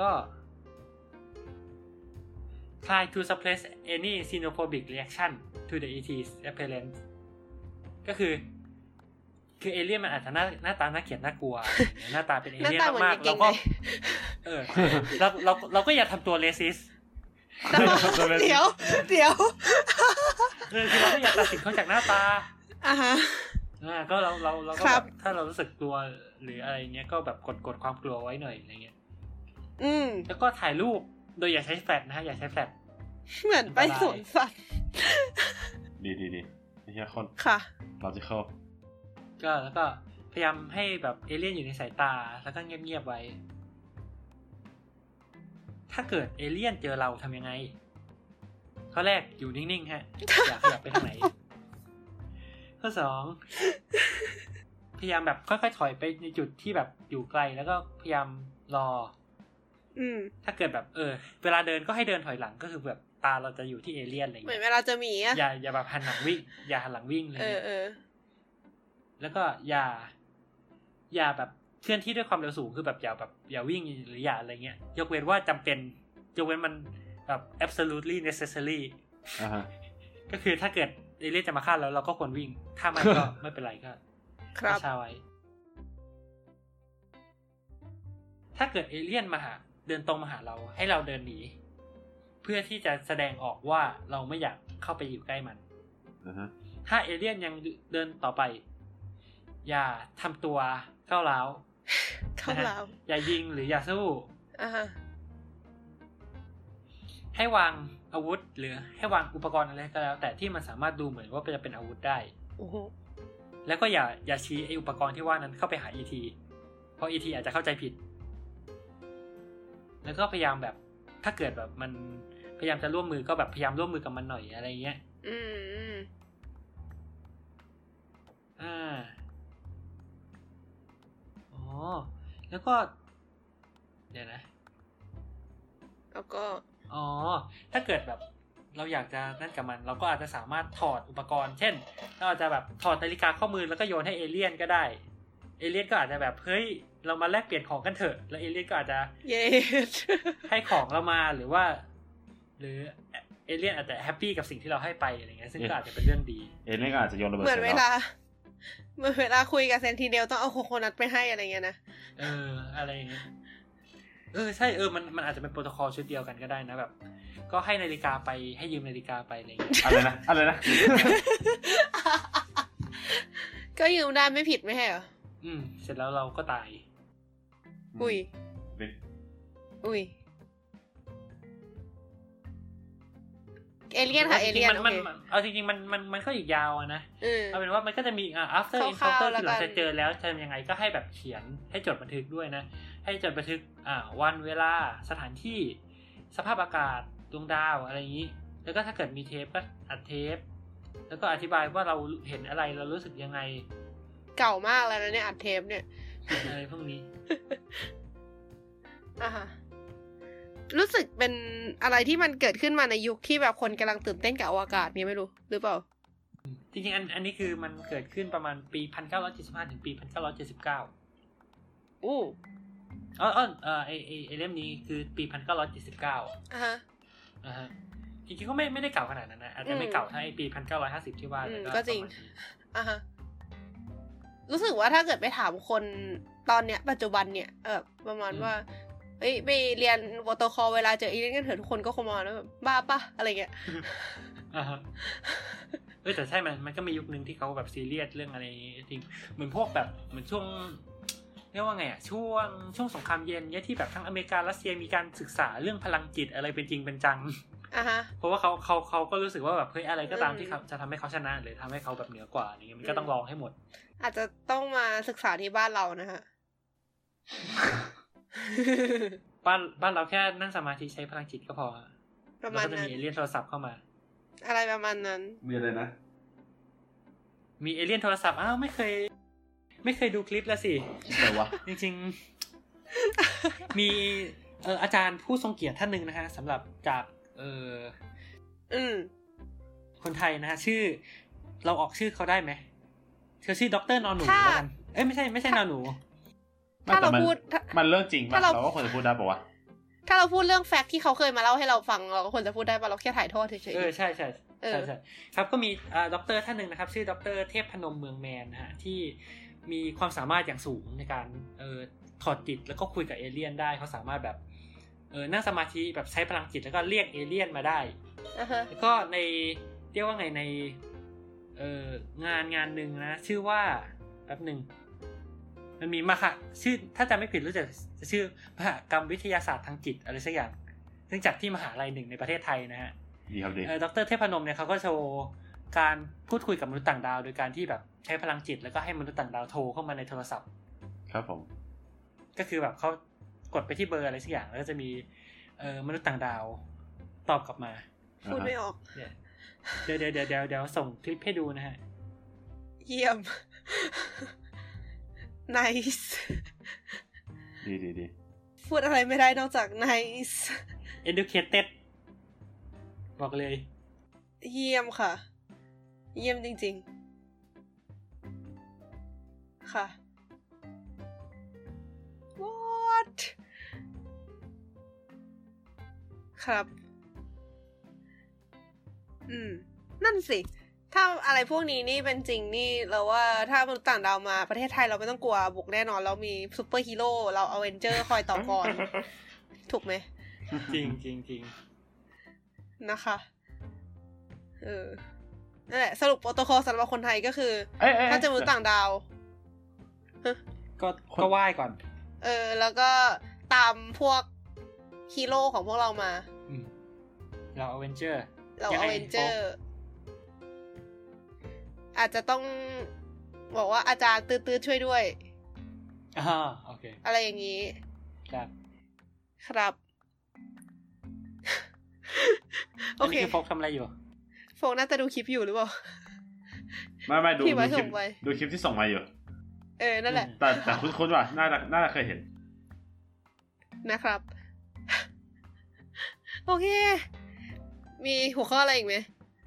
try to suppress any xenophobic reaction to the อี ที 's appearance ก็คือคือเอเลี่ยนมันอาจจะหน้าหน้าตาน่าเกลียดน่ากลัวหน้าตาเป็นเอเลี่ยนมากๆเราก็เออเราเราเราก็อย่าทำตัว racist เดี๋ยวเดี๋ยวเออคือเราก็อย่าตัดสินเขาจากหน้าตาอ่าฮะอ่าก็เราเราเราก็แบบถ้าเรารู้สึกกลัวหรืออะไรเงี้ยก็แบบกดกดความกลัวไว้หน่อยอะไรเงี้ยอืมแล้วก็ถ่ายรูปโดยอย่าใช้แฟลชนะฮะอย่าใช้แฟลชเหมือนไปสวนสัตว์ดีดีดีไม่ใช่คนค่ะเราจะเข้าก็แล้วก็พยายามให้แบบเอเลี่ยนอยู่ในสายตาแล้วก็เงียบๆไว้ถ้าเกิดเอเลี่ยนเจอเราทำยังไงข้อแรกอยู่นิ่งๆฮะอย่าขยับไปทางไหนข้อสองพยายามแบบค่อยๆถอยไปในจุดที่แบบอยู่ไกลแล้วก็พยายามรออืมถ้าเกิดแบบเออเวลาเดินก็ให้เดินถอยหลังก็คือแบบตาเราจะอยู่ที่เอเลี่ยนอะไรอย่างเงี้ยเหมือนเวลาจะหมีอ่ะอย่าอย่าแบบหันหลังวิ่งอย่าหันหลังวิ่งเลยเออเออแล้วก็อย่าอย่าแบบเคลื่อนที่ด้วยความเร็วสูงคือแบบอย่าแบบอย่าวิ่งหรืออย่าอะไรเงี้ยยกเว้นว่าจำเป็นยกเว้นมันแบบ absolutely necessary อ่าฮะก็คือถ้าเกิดเอเลี่ยนจะมาฆ่าแล้วเราก็ควรวิ่งถ้าไม่ก็ ไม่เป็นไรก็ครับช้าไว้ถ้าเกิดเอเลี่ยนมาหาเดินตรงมาหาเราให้เราเดินหนีเพื่อที่จะแสดงออกว่าเราไม่อยากเข้าไปอยู่ใกล้มัน uh-huh. ถ้าเอเลี่ยนยังเดินต่อไปอย่าทำตัวก้าวร้าวก้าวร้าวอย่ายิงหรืออย่าสู้ uh-huh. ให้วางอาวุธหรือให้วางอุปกรณ์อะไรก็แล้วแต่ที่มันสามารถดูเหมือนว่าจะเป็นอาวุธได้ uh-huh. แล้วก็อย่าอย่าชี้ไอ้อุปกรณ์ที่ว่านั้นเข้าไปหา อี ที เพราะ อี ที อาจจะเข้าใจผิดแล้วก็พยายามแบบถ้าเกิดแบบมันพยายามจะร่วมมือก็แบบพยายามร่วมมือกับมันหน่อยอะไรเงี้ยอืมอ่าอ๋อแล้วก็เดี๋ยวนะแล้วก็อ๋อถ้าเกิดแบบเราอยากจะนั่นกับมันเราก็อาจจะสามารถถอดอุปกรณ์เช่นเราอาจจะแบบถอดนาฬิกาข้อมือแล้วก็โยนให้เอเลี่ยนก็ได้เอเลี่ยนก็อาจจะแบบเฮ้ยเรามาแลกเปลี่ยนของกันเถอะแล้วเอเลี่ยนก็อาจจะ yes. ให้ของเรามาหรือว่าหรือเอเลี่ยนอาจจะแฮปปี้กับสิ่งที่เราให้ไปอะไรเงี้ยซึ่งก็อาจจะเป็นเรื่องดีเอเลี่ยนก็อาจจะโยนระเบิดเหมือนเวลาเหมือนเวลาคุยกับเซนติเนลต้องเอาโคโคนัทไปให้อะไรเงี้ยนะเอออะไรเงี้ยเออใช่เออมันมันอาจจะเป็นโปรโตคอลชุดเดียวกันก็ได้นะแบบก็ให้นาฬิกาไปให้ยืมนาฬิกาไปอะไรเงี้ยอะไรนะอะไรนะก็ยืมได้ไม่ผิดไม่ใช่เหรออืมเสร็จแล้วเราก็ตายอุ้ยอุ้ยเอเลี่ยนค่ะเอเลี่ยนโอเคเอาจริงๆมันมันมันก็อีกยาวนะเอาเป็นว่ามันก็จะมีอ่า after encounter ที่เราจะเจอแล้วจะยังไงก็ให้แบบเขียนให้จดบันทึกด้วยนะให้จดบันทึกอ่าวันเวลาสถานที่สภาพอากาศดวงดาวอะไรอย่างนี้แล้วก็ถ้าเกิดมีเทปก็อัดเทปแล้วก็อธิบายว่าเราเห็นอะไรเรารู้สึกยังไงเก่ามากแล้วนะเนี่ยอัดเทปเนี่ยอะไรพวกนี้อ่าฮะรู้สึกเป็นอะไรที่มันเกิดขึ้นมาในยุคที่แบบคนกำลังตื่นเต้นกับอวกาศนี่ไม่รู้หรือเปล่าจริงๆอันอันนี้คือมันเกิดขึ้นประมาณปีหนึ่งพันเก้าร้อยเจ็ดสิบห้าถึงปีหนึ่งพันเก้าร้อยเจ็ดสิบเก้าอู้อ๋อเออไอไอไอเล่มนี้คือปีหนึ่งพันเก้าร้อยเจ็ดสิบเก้าอ่าฮะอ่าฮะจริงๆก็ไม่ไม่ได้เก่าขนาดนั้นนะอาจจะไม่เก่าเท่าไอปีหนึ่งพันเก้าร้อยห้าสิบที่ว่าแต่ก็จริงอ่าฮะรู้สึกว่าถ้าเกิดไปถามคนตอนเนี้ยปัจจุบันเนี่ยเออประมาณว่าเอ้ยไปเรียนโปรโตคอลเวลาเจออีเลียนกันเถอะทุกคนก็คงมาแล้วแบบบ้าปะอะไรเงี้ยอ่าฮะเออแต่ใช่มันมันก็มียุคนึงที่เขาแบบซีเรียสเรื่องอะไรจริงเหมือนพวกแบบเหมือนช่วงเรียกว่าไงอ่ะช่วงช่วงสงครามเย็นเนี่ยที่แบบทั้งอเมริการัสเซียมีการศึกษาเรื่องพลังจิตอะไรเป็นจริงเป็นจังอ่าฮะเพราะว่าเขาเขาเขาก็รู้สึกว่าแบบเฮ้ยอะไรก็ตามที่จะทำให้เขาชนะหรือทำให้เขาแบบเหนือกว่าอย่างเงี้ยมันก็ต้องลองให้หมดอาจจะต้องมาศึกษาที่บ้านเรานะฮะบ้านบ้านเราแค่นั่งสมาธิใช้พลังจิตก็พอประมาณนั้นก็จะมีเอเลี่ยนโทรศัพท์เข้ามาอะไรประมาณนั้นมีอะไรนะมีเอเลี่ยนโทรศัพท์อ้าวไม่เคยไม่เคยดูคลิปแล้วสิอะไรวะจริงๆมีเอ่ออาจารย์ผู้ทรงเกียรติท่านนึงนะฮะสำหรับจากเอ่ออืมคนไทยนะฮะชื่อเราออกชื่อเขาได้ไหมเขาชื่อดร.นอหนูแล้วกันเอ้ยไม่ใช่ไม่ใช่นอหนูถ้าเราพูดมันเรื่องจริงป่ะเราก็ควรจะพูดได้ป่ะวะถ้าเราพูดเรื่องแฟกต์ที่เขาเคยมาเล่าให้เราฟังเราก็ควรจะพูดได้ป่ะเราแค่ถ่ายทอดเฉยๆเออใช่ๆใช่ใช่ครับก็มีอ่าด็อกเตอร์ท่านนึงนะครับชื่อดร.เทพพนมเมืองแมนนะฮะที่มีความสามารถอย่างสูงในการเอ่อถอดจิตแล้วก็คุยกับเอเลี่ยนได้เขาสามารถแบบเออนั่งสมาธิแบบใช้พลังจิตแล้วก็เรียกเอเลี่ยนมาได้ uh-huh. แล้วก็ในเรียกว่าไงในเอ่องานงานนึงนะชื่อว่าแป๊บนึงมันมีมหาชื่อถ้าจำไม่ผิดรู้จักจะชื่อมหากรรมวิทยาศาสตร์ทางจิตอะไรสักอย่างซึ่งจัดที่มหาลัยหนึ่งในประเทศไทยนะฮะดีครับดีเอ่อดร.เทพพนมเนี่ยเขาก็โชว์การพูดคุยกับมนุษย์ต่างดาวโดยการที่แบบใช้พลังจิตแล้วก็ให้มนุษย์ต่างดาวโทรเข้ามาในโทรศัพท์ครับผมก็คือแบบเขากดไปที่เบอร์อะไรสักอย่างแล้วก็จะมีเอ่อมนุษย์ต่างดาวตอบกลับมาพูดไม่ออกเดี๋ยวเดี๋ยวเดี๋ยวเดี๋ยวเดี๋ยวส่งคลิปให้ดูนะฮะเยี่ยม nice ดีดีดีพูดอะไรไม่ได้นอกจาก nice educated บอกเลยเยี่ยมค่ะเยี่ยมจริงๆค่ะ what ครับอืมนั่นสิถ้าอะไรพวกนี้นี่เป็นจริงนี่เราว่าถ้ามนุษย์ต่างดาวมาประเทศไทยเราไม่ต้องกลัวบุกแน่นอนเรามีซุปเปอร์ฮีโร่เราอเวนเจอร์คอยต่อกรถูกไหมจริงจริงจริงนะคะเออนั่นแหละสรุปโปรโตคอลสำหรับคนไทยก็คือถ้าเจอมนุษย์ต่างดาวก็ก็ไหว้ก่อนเออแล้วก็ตามพวกฮีโร่ของพวกเรามาเราอเวนเจอร์เราอเวนเจอร์อาจจะต้องบอกว่าอาจารย์ตื้อๆช่วยด้วยอ่าโอเคอะไรอย่างนี้ครับครับโอเคโฟกทำอะไรอยู่โฟกน่าจะดูคลิปอยู่หรือเปล่าไม่ไม่ดูดูคลิปดูคลิปที่ส่งมาอยู่เออนั่นแหละแต่แต่คุ้นๆว่ะน่าจะน่าจะเคยเห็นนะครับโอเคมีหัวข้ออะไรอีกไหม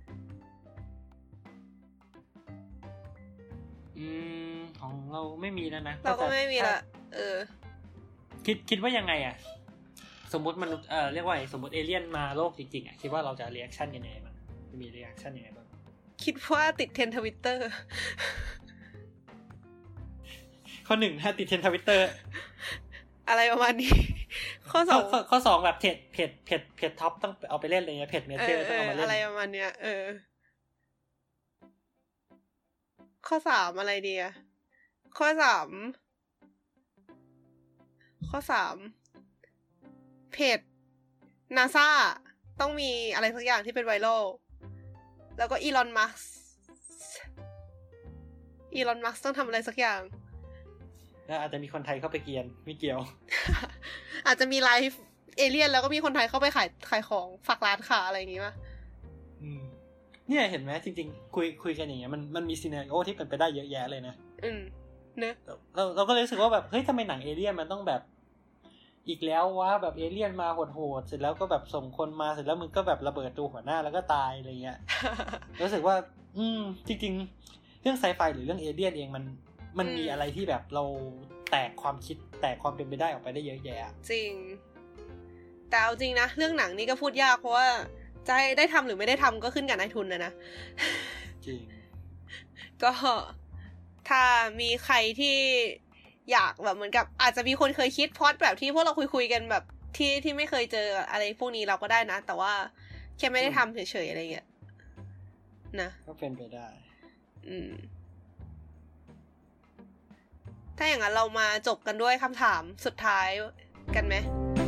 อืมของเราไม่มีแล้วนะเราก็ไม่มีละเออคิดคิดว่ายังไงอ่ะสมมติมนุษย์เอ่อเรียกว่าสมมติเอเลี่ยนมาโลกจริงๆอ่ะคิดว่าเราจะรีแอคชั่นยังไงบ้างมีรีแอคชั่นยังไงบ้างคิดว่าติดเทรนด์ Twitter ข้อหนึ่งถ้าติดเทรนด์ Twitter อะไรประมาณนี้ข้อสองข้อสองแบบเพจเพจเพจเพจท็อปต้องเอาไปเล่นอะไรเงี้ยเพจเมเจอร์ต้องเอามาเล่นอะไรประมาณเนี้ยเออข้อสามอะไรดีอะข้อสามข้อสามเพจ NASA ต้องมีอะไรสักอย่างที่เป็นไวรัลแล้วก็อีลอนมัสก์อีลอนมัสก์ต้องทำอะไรสักอย่างแล้วอาจจะมีคนไทยเข้าไปเกียนไม่เกี่ยวอาจจะมีไลฟ์เอเลี่ยนแล้วก็มีคนไทยเข้าไปขายขายของฝากร้านขาอะไรอย่างงี้ป่ะอืมเนี่ยเห็นไหมจริงๆคุยคุยกันอย่างเงี้ยมันมันมีซีนาริโอที่เป็นไปได้เยอะแยะเลยนะอืมเนอะเราเราก็เลยรู้สึกว่าแบบเฮ้ยทำไมหนังเอเลี่ยนมันต้องแบบอีกแล้ววะแบบเอเลี่ยนมาโหดๆเสร็จแล้วก็แบบส่งคนมาเสร็จแล้วมึงก็แบบระเบิดตัวหัวหน้าแล้วก็ตายอะไรเงี้ย รู้สึกว่าอืมจริงๆเรื่องไซไฟหรือเรื่องเอเลี่ยนเองมันมันมีอะไรที่แบบเราแตกความคิดแตกความเป็นไปได้ออกไปได้เยอะแยะจริงแต่เอาจริงนะเรื่องหนังนี่ก็พูดยากเพราะว่าจะได้ทำหรือไม่ได้ทำก็ขึ้นกับนายทุนนะนะจริงก็ถ้ามีใครที่อยากแบบเหมือนกับอาจจะมีคนเคยคิดพล็อตแบบที่พวกเราคุยๆกันแบบที่ที่ไม่เคยเจออะไรพวกนี้เราก็ได้นะแต่ว่าแค่ไม่ได้ทำเฉยๆอะไรเงี้ยนะก็เป็นไปได้อืมถ้าอย่างนั้นเรามาจบกันด้วยคำถามสุดท้ายกันไหม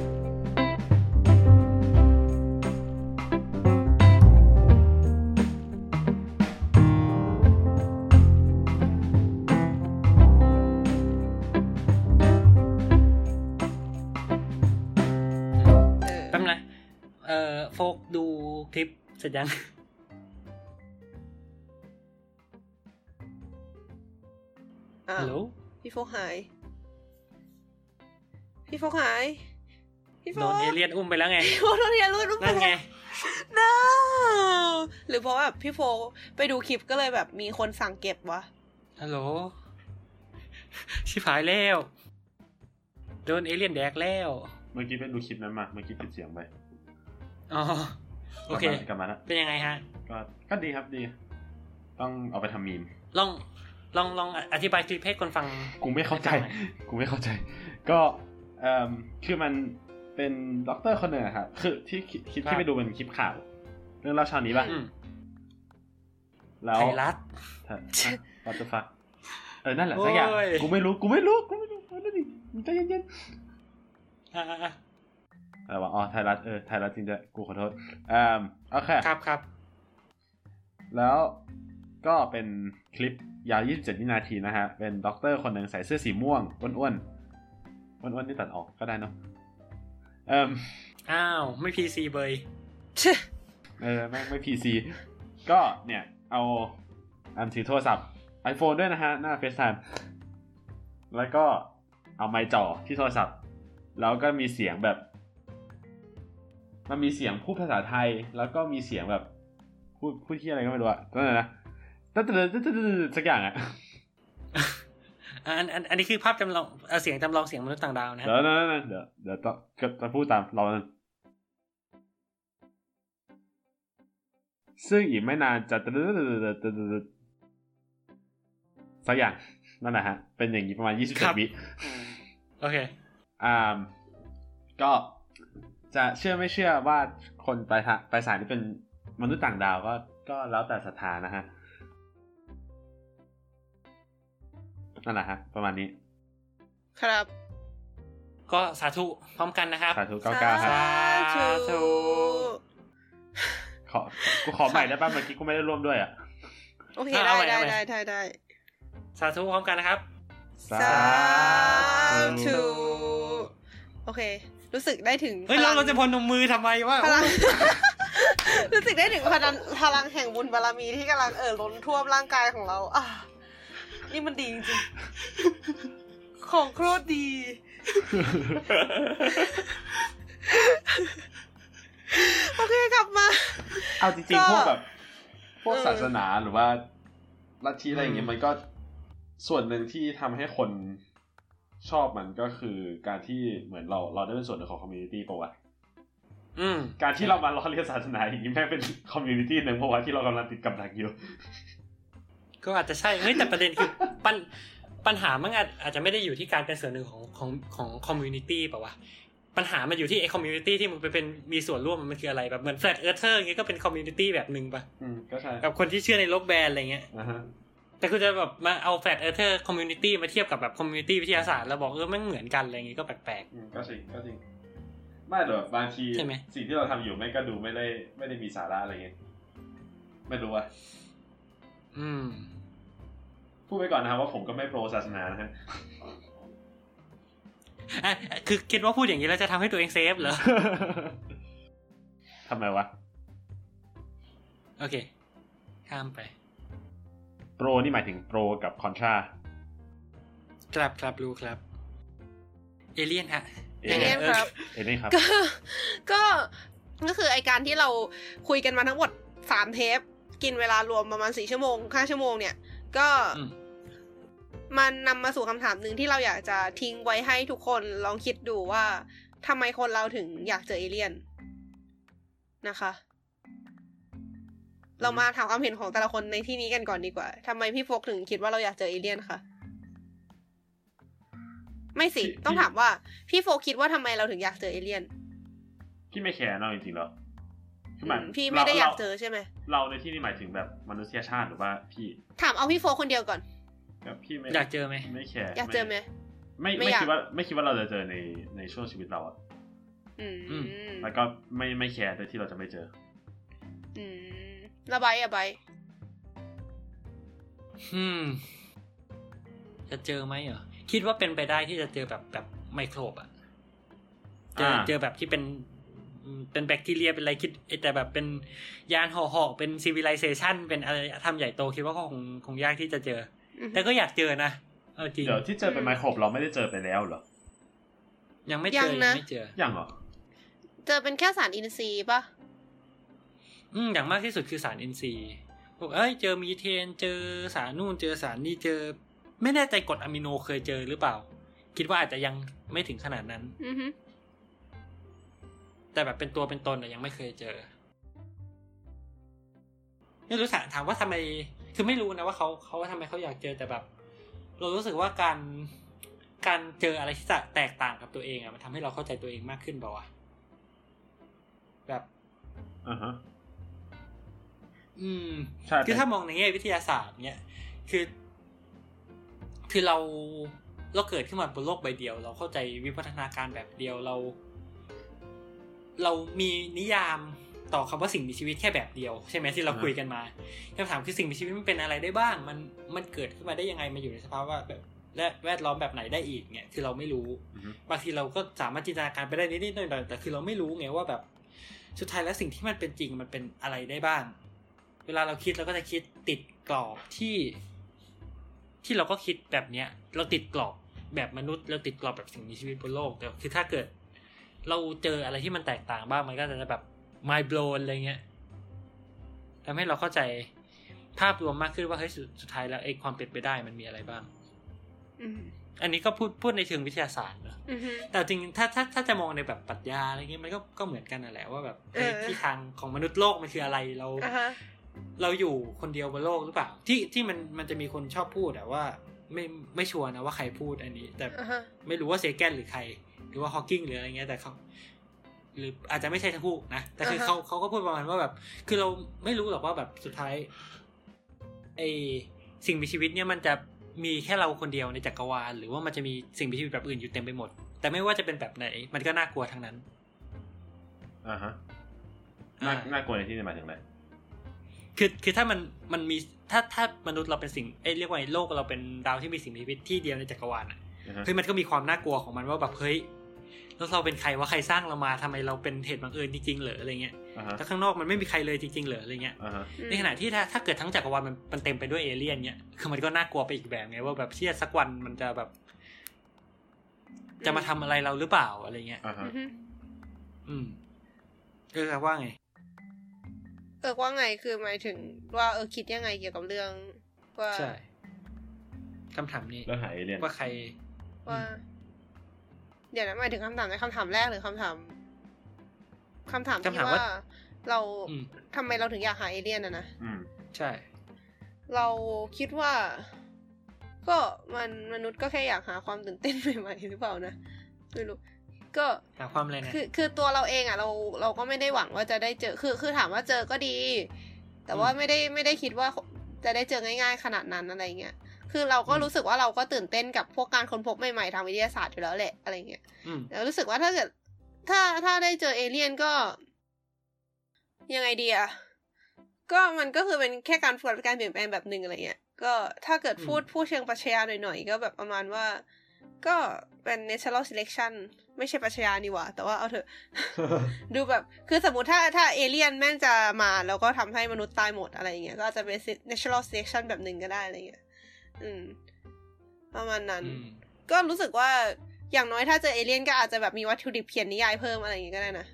เอ่อโฟกดูคลิปเสร็จยังฮัลโหลพี่โฟกหายพี่โฟกหายพี่โฟกโดนเอเลี่ยนอุ้มไปแล้วไงพี่โฟกโดนเอเลี่ยนอุ้มไปนั่นไง no หรือเพราะแบบพี่โฟกไปดูคลิปก็เลยแบบมีคนสั่งเก็บวะฮัลโหลชิบหายแล้วโดนเอเลี่ยนแดกแล้วเมื่อกี้ไปดูคลิปนั้นมาเมื่อกี้ปิดเสียงไปอ๋อโอเคกลับมาแล้วเป็นยังไงฮะก็ก็ดีครับดีต้องเอาไปทำมีมลองลองลองอธิบายคลิปให้คนฟังกูไม่เข้าใจกูไม่เข้าใจก็เอ่อคือมันเป็นด็อกเตอร์คนหนึ่งครับคือที่คลิปที่ไปดูเป็นคลิปข่าวเรื่องเล่าเช้านี้ป่ะแล้วไทยรัฐวัตถุฟักเออนั่นแหละสักอย่างกูไม่รู้กูไม่รู้กูไม่รู้นั่นดิใจเย็นๆอ่าอะไรวะอ๋อไทยรัฐเออไทยรัฐจริงๆกูขอโทษอ่าโอเคครับครับแล้วก็เป็นคลิปยาวยี่สิบเจ็ดวินาทีนะฮะเป็นด็อกเตอร์คนหนึ่งใส่เสื้อสีม่วงอ้วนๆอ้วนๆนี่ตัดออกก็ได้เนาะเอิ่มอ้าวไม่ พี ซี เบยเออไม่ไม่ พี ซี ก็เนี่ยเอาอันถือโทรศัพท์ iPhone ด้วยนะฮะหน้า FaceTime แล้วก็เอาไมค์จ่อที่โทรศัพท์แล้วก็มีเสียงแบบมันมีเสียงพูดภาษาไทยแล้วก็มีเสียงแบบพูดพูดที่อะไรก็ไม่รู้อะก็นั่นนะตึ๊ดตึ๊ดตึ๊ดตึ๊ดสักอย่างอะอันอันอันนี้คือภาพจำลองเสียงจำลองเสียงมนุษย์ต่างดาวนะเดี๋ยวนั่นๆเดี๋ยวเดี๋ยวต้องจะพูดตามเราซึ่งอีกไม่นานจะตึ๊ดตึ๊ดตึ๊ดตึ๊ดตึ๊ดสักอย่างนั่นแหละฮะเป็นอย่างนี้ประมาณยี่สิบเจ็ดวิโอเคอ่าก็จะเชื่อไม่เชื่อว่าคนปลายปลายสายนี่เป็นมนุษย์ต่างดาวก็ก็แล้วแต่ศรัทธานะฮะนั่นแหละฮะประมาณนี้ครับก็สาธุพร้อมกันนะครับสาธุเก้าเก้าครับสาธุขอกูขอใหม่ได้ป่ะเมื่อกี้กูไม่ได้ร่วมด้วยอ่ะโอเคได้ได้ได้ได้ได้สาธุพร้อมกันนะครับสาธุโอเครู้สึกได้ถึงเฮ้ยเราเราจะพนมมือทำไมวะรู้สึกได้ถึงพลังพลังแห่งบุญบารมีที่กำลังเอ่อล้นท่วมร่างกายของเราอ่ะนี่มันดีจริงๆของโคตรดีโอเคกลับมาเอาจริงๆพวกแบบพวกศาสนาหรือว่าลัทธิอะไรอย่างเงี้ยมันก็ส่วนหนึ่งที่ทำให้คนชอบมันก็คือการที่เหมือนเราเราได้เป็นส่วนหนึ่งของคอมมูนิตี้ป่ะวะอืมการที่เรามาล้อเลียนศาสนาอย่างนี้แม่งเป็นคอมมูนิตี้หนึ่งเพราะว่าที่เรากำลังติดกับดักอยู่ก็อาจจะใช่เฮ้ยแต่ประเด็นคือปัญปัญหามันอาจอาจจะไม่ได้อยู่ที่การเป็นส่วนหนึ่งของของของคอมมูนิตี้ป่ะวะปัญหามันอยู่ที่ไอ้คอมมูนิตี้ที่มันไปเป็นมีส่วนร่วมมันคืออะไรแบบเหมือนแฟลตเอิร์ธเธอร์อย่างเงี้ยก็เป็นคอมมูนิตี้แบบนึงป่ะอืมก็ใช่กับคนที่เชื่อในโลกแบนอะไรเงี้ยอ่าฮะแต่คือจะแบบมาเอาแฟลตเอิร์ธเธอร์คอมมูนิตี้มาเทียบกับแบบคอมมูนิตี้วิทยาศาสตร์แล้วบอกเออมันเหมือนกันอะไรเงี้ยก็แปลกๆอืมก็จริงก็จริงไม่หรอกบางทีสิ่งที่เราทำอยู่ไม่ก็ดูไม่ได้ไม่ได้มีสาระอะไรเงี้ยไม่รู้อ่ะอืมพูดไว้ก่อนนะครับว่าผมก็ไม่โปรศาสนานะฮะอ่ะคือคิดว่าพูดอย่างนี้แล้วจะทำให้ตัวเองเซฟเหรอทำไมวะโอเคข้ามไปโปรนี่หมายถึงโปรกับคอนทราครับครับรู้ครับเอเลี่ยนฮะเอเลี่ยนครับเอเลี่ยนครับก็ก็ก็คือไอการที่เราคุยกันมาทั้งหมดสามเทปกินเวลารวมประมาณสี่ชั่วโมงห้าชั่วโมงเนี่ยก็มันนำมาสู่คำถามหนึ่งที่เราอยากจะทิ้งไว้ให้ทุกคนลองคิดดูว่าทำไมคนเราถึงอยากเจอเอเลี่ยนนะคะเรามาถามความเห็นของแต่ละคนในที่นี้กันก่อนดีกว่าทำไมพี่โฟกถึงคิดว่าเราอยากเจอเอเลี่ยนคะไม่สิต้องถามว่าพี่โฟกคิดว่าทำไมเราถึงอยากเจอเอเลี่ยนพี่ไม่แคร์เนาะจริงๆแล้วคือหมายพี่ไม่ได้อยากเจอใช่ไหมเราในที่นี้หมายถึงแบบมนุษยชาติหรือว่าพี่ถามเอาพี่โฟกคนเดียวก่อนแบบพี่ไม่อยากเจอไหมไม่แคร์อยากเจอไหมไม่ไม่คิดว่าไม่คิดว่าเราจะเจอในในช่วงชีวิตเราอ่ะอืมแล้วก็ไม่ไม่แคร์โดยที่เราจะไม่เจออืมระบายอะใบอืมจะเจอไหมเหรอคิดว่าเป็นไปได้ที่จะเจอแบบแบบไมโครบอ่ะเจอเจอแบบที่เป็นเป็นแบคทีเรียเป็นอะไรคิดแต่แบบเป็นยานห่อห่อเป็นซีวิไลเซชันเป็นอะไรทำใหญ่โตคิดว่าคงคงยากที่จะเจอแต่ก็อยากเจอนะเออจริงเดี๋ยวที่เจอเป็นไมโครบเราไม่ได้เจอไปแล้วเหรอยังไม่เจอยังไม่เจอยังเหรอเจอเป็นแค่สารอินทรีย์ป่ะอืมอย่างมากที่สุดคือสารอินทรีย์พวกเอ้ยเจอมีเทนเจอสารนู่นเจอสารนี่เจอไม่แน่ใจกรดอะมิโนเคยเจอหรือเปล่าคิดว่าอาจจะยังไม่ถึงขนาดนั้นอือฮึแต่แบบเป็นตัวเป็นตนน่ะยังไม่เคยเจอไม่รู้ถามว่าทำไมคือไม่รู้นะว่าเขาเขาว่าทำไมเขาอยากเจอแต่แบบเรารู้สึกว่าการการเจออะไรที่แตกต่างกับตัวเองอ่ะมันทำให้เราเข้าใจตัวเองมากขึ้นเปล่าวะแบบอ่าฮะอืมคือถ้ามองในแง่วิทยาศาสตร์เนี้ยคือคือเราเราเกิดขึ้นมาบนโลกใบเดียวเราเข้าใจวิวัฒนาการแบบเดียวเราเรามีนิยามต่อคำว่าสิ่งมีชีวิตแค่แบบเดียวใช่ไหมที่เราคุยกันมาคำถามคือสิ่งมีชีวิตมันเป็นอะไรได้บ้างมันมันเกิดขึ้นมาได้ยังไงมาอยู่ในสภาวะแบบและแวดล้อมแบบไหนได้อีกเนี่ยคือเราไม่รู้บางทีเราก็สามารถจินตนาการไปได้นิดๆหน่อยๆแต่คือเราไม่รู้ไงว่าแบบสุดท้ายแล้วสิ่งที่มันเป็นจริงมันเป็นอะไรได้บ้างเวลาเราคิดเราก็จะคิดติดกรอบที่ที่เราก็คิดแบบเนี้ยเราติดกรอบแบบมนุษย์เราติดกรอบแบบสิ่งมีชีวิตบนโลกแต่คือถ้าเกิดเราเจออะไรที่มันแตกต่างบ้างมันก็จะแบบ mind blown อะไรเงี้ยทำให้เราเข้าใจภาพรวมมากขึ้นว่าเฮ้ยสุดท้ายแล้วไอ้ความเป็นไปได้มันมีอะไรบ้างอันนี้ก็พูดพูดในเชิงวิทยาศาสตร์เนอะแต่จริงถ้าถ้าถ้าจะมองในแบบปรัชญาอะไรเงี้ยมันก็ก็เหมือนกันนั่นแหละว่าแบบที่ทางของมนุษย์โลกมันคืออะไรเราเราอยู่คนเดียวบนโลกหรือเปล่าที่ที่มันมันจะมีคนชอบพูดอะว่าไม่ไม่ชัวร์นะว่าใครพูดอันนี้แต่ไม่รู้ว่าเซแกนหรือใครหรือว่าฮอว์กิงหรืออะไรเงี้ยแต่เขาหรืออาจจะไม่ใช่ทั้งคู่นะแต่คือเขาเขาก็พูดประมาณว่าแบบคือเราไม่รู้หรอกว่าแบบสุดท้ายไอสิ่งมีชีวิตเนี่ยมันจะมีแค่เราคนเดียวในจักรวาลหรือว่ามันจะมีสิ่งมีชีวิตแบบอื่นอยู่เต็มไปหมดแต่ไม่ว่าจะเป็นแบบไหนมันก็น่ากลัวทั้งนั้นอ่าฮะน่าน่ากลัวในที่นี้หมายถึงอะไรคือคือถ้ามันมันมีถ้าถ้ามนุษย์เราเป็นสิ่งเอ้ยเรียกว่าโลกเราเป็นดาวที่มีสิ่งมีชีวิตที่เดียวในจักรวาลอ่ะเฮ้ยมันก็มีความน่ากลัวของมันว่าแบบเฮ้ยแล้วเราเป็นใครว่าใครสร้างเรามาทำไมเราเป็นเหตุบังเอิญจริงๆเหรออะไรเงี้ยถ้าข้างนอกมันไม่มีใครเลยจริงๆเหรออะไรเงี้ยในขณะที่ถ้าถ้าเกิดทั้งจักรวาลมันมันเต็มไปด้วยเอเลี่ยนเงี้ยคือมันก็น่ากลัวไปอีกแบบไงว่าแบบเชี่ยสักวันมันจะแบบจะมาทำอะไรเราหรือเปล่าอะไรเงี้ยอืมเออว่าไงเออว่าไงคือหมายถึงว่าเออคิดยังไงเกี่ยวกับเรื่องว่าใช่คำถามนี้เรื่องหาเอเลี่ยนว่าใครว่าเดี๋ยวนะหมายถึงคำถามในคำถามแรกหรือคำถามคำถามที่ว่าเราทำไมเราถึงอยากหาเอเลี่ยนอะนะใช่เราคิดว่าก็มันมนุษย์ก็แค่อยากหาความตื่นเต้นใหม่ๆหรือเปล่านะไม่รู้ก็หาความอะไรนะคือคือตัวเราเองอ่ะเราเราก็ไม่ได้หวังว่าจะได้เจอคือคือถามว่าเจอก็ดีแต่ว่าไม่ได้ไม่ได้คิดว่าจะได้เจอง่ายๆขนาดนั้นอะไรเงี้ยคือเราก็รู้สึกว่าเราก็ตื่นเต้นกับพวกการค้นพบใหม่ๆทางวิทยาศาสตร์อยู่แล้วแหละอะไรเงี้ยแล้วรู้สึกว่าถ้าเกิดถ้าถ้าได้เจอเอเลี่ยนก็ยังไงดีอ่ะก็มันก็คือเป็นแค่การฝึกการเปลี่ยนแปลงแบบนึงอะไรเงี้ยก็ถ้าเกิดพูดพูดเชิงปรัชญาหน่อยๆก็แบบประมาณว่าก็เป็น natural selection ไม่ใช่ปรัชญานี่หว่าแต่ว่าเอาเถอะ ดูแบบคือสมมุติถ้าถ้าเอเลี่ยนแม่งจะมาแล้วก็ทำให้มนุษย์ตายหมดอะไรอย่างเงี้ยก็อาจจะเป็น natural selection แบบนึงก็ได้อะไรเงี้ยอืมประมาณนั้นก็รู้สึกว่าอย่างน้อยถ้าเจอเอเลี่ยนก็อาจจะแบบมีวัตถุดิบเขียนนิยายเพิ่มอะไรอย่างงี้ก็ได้นะ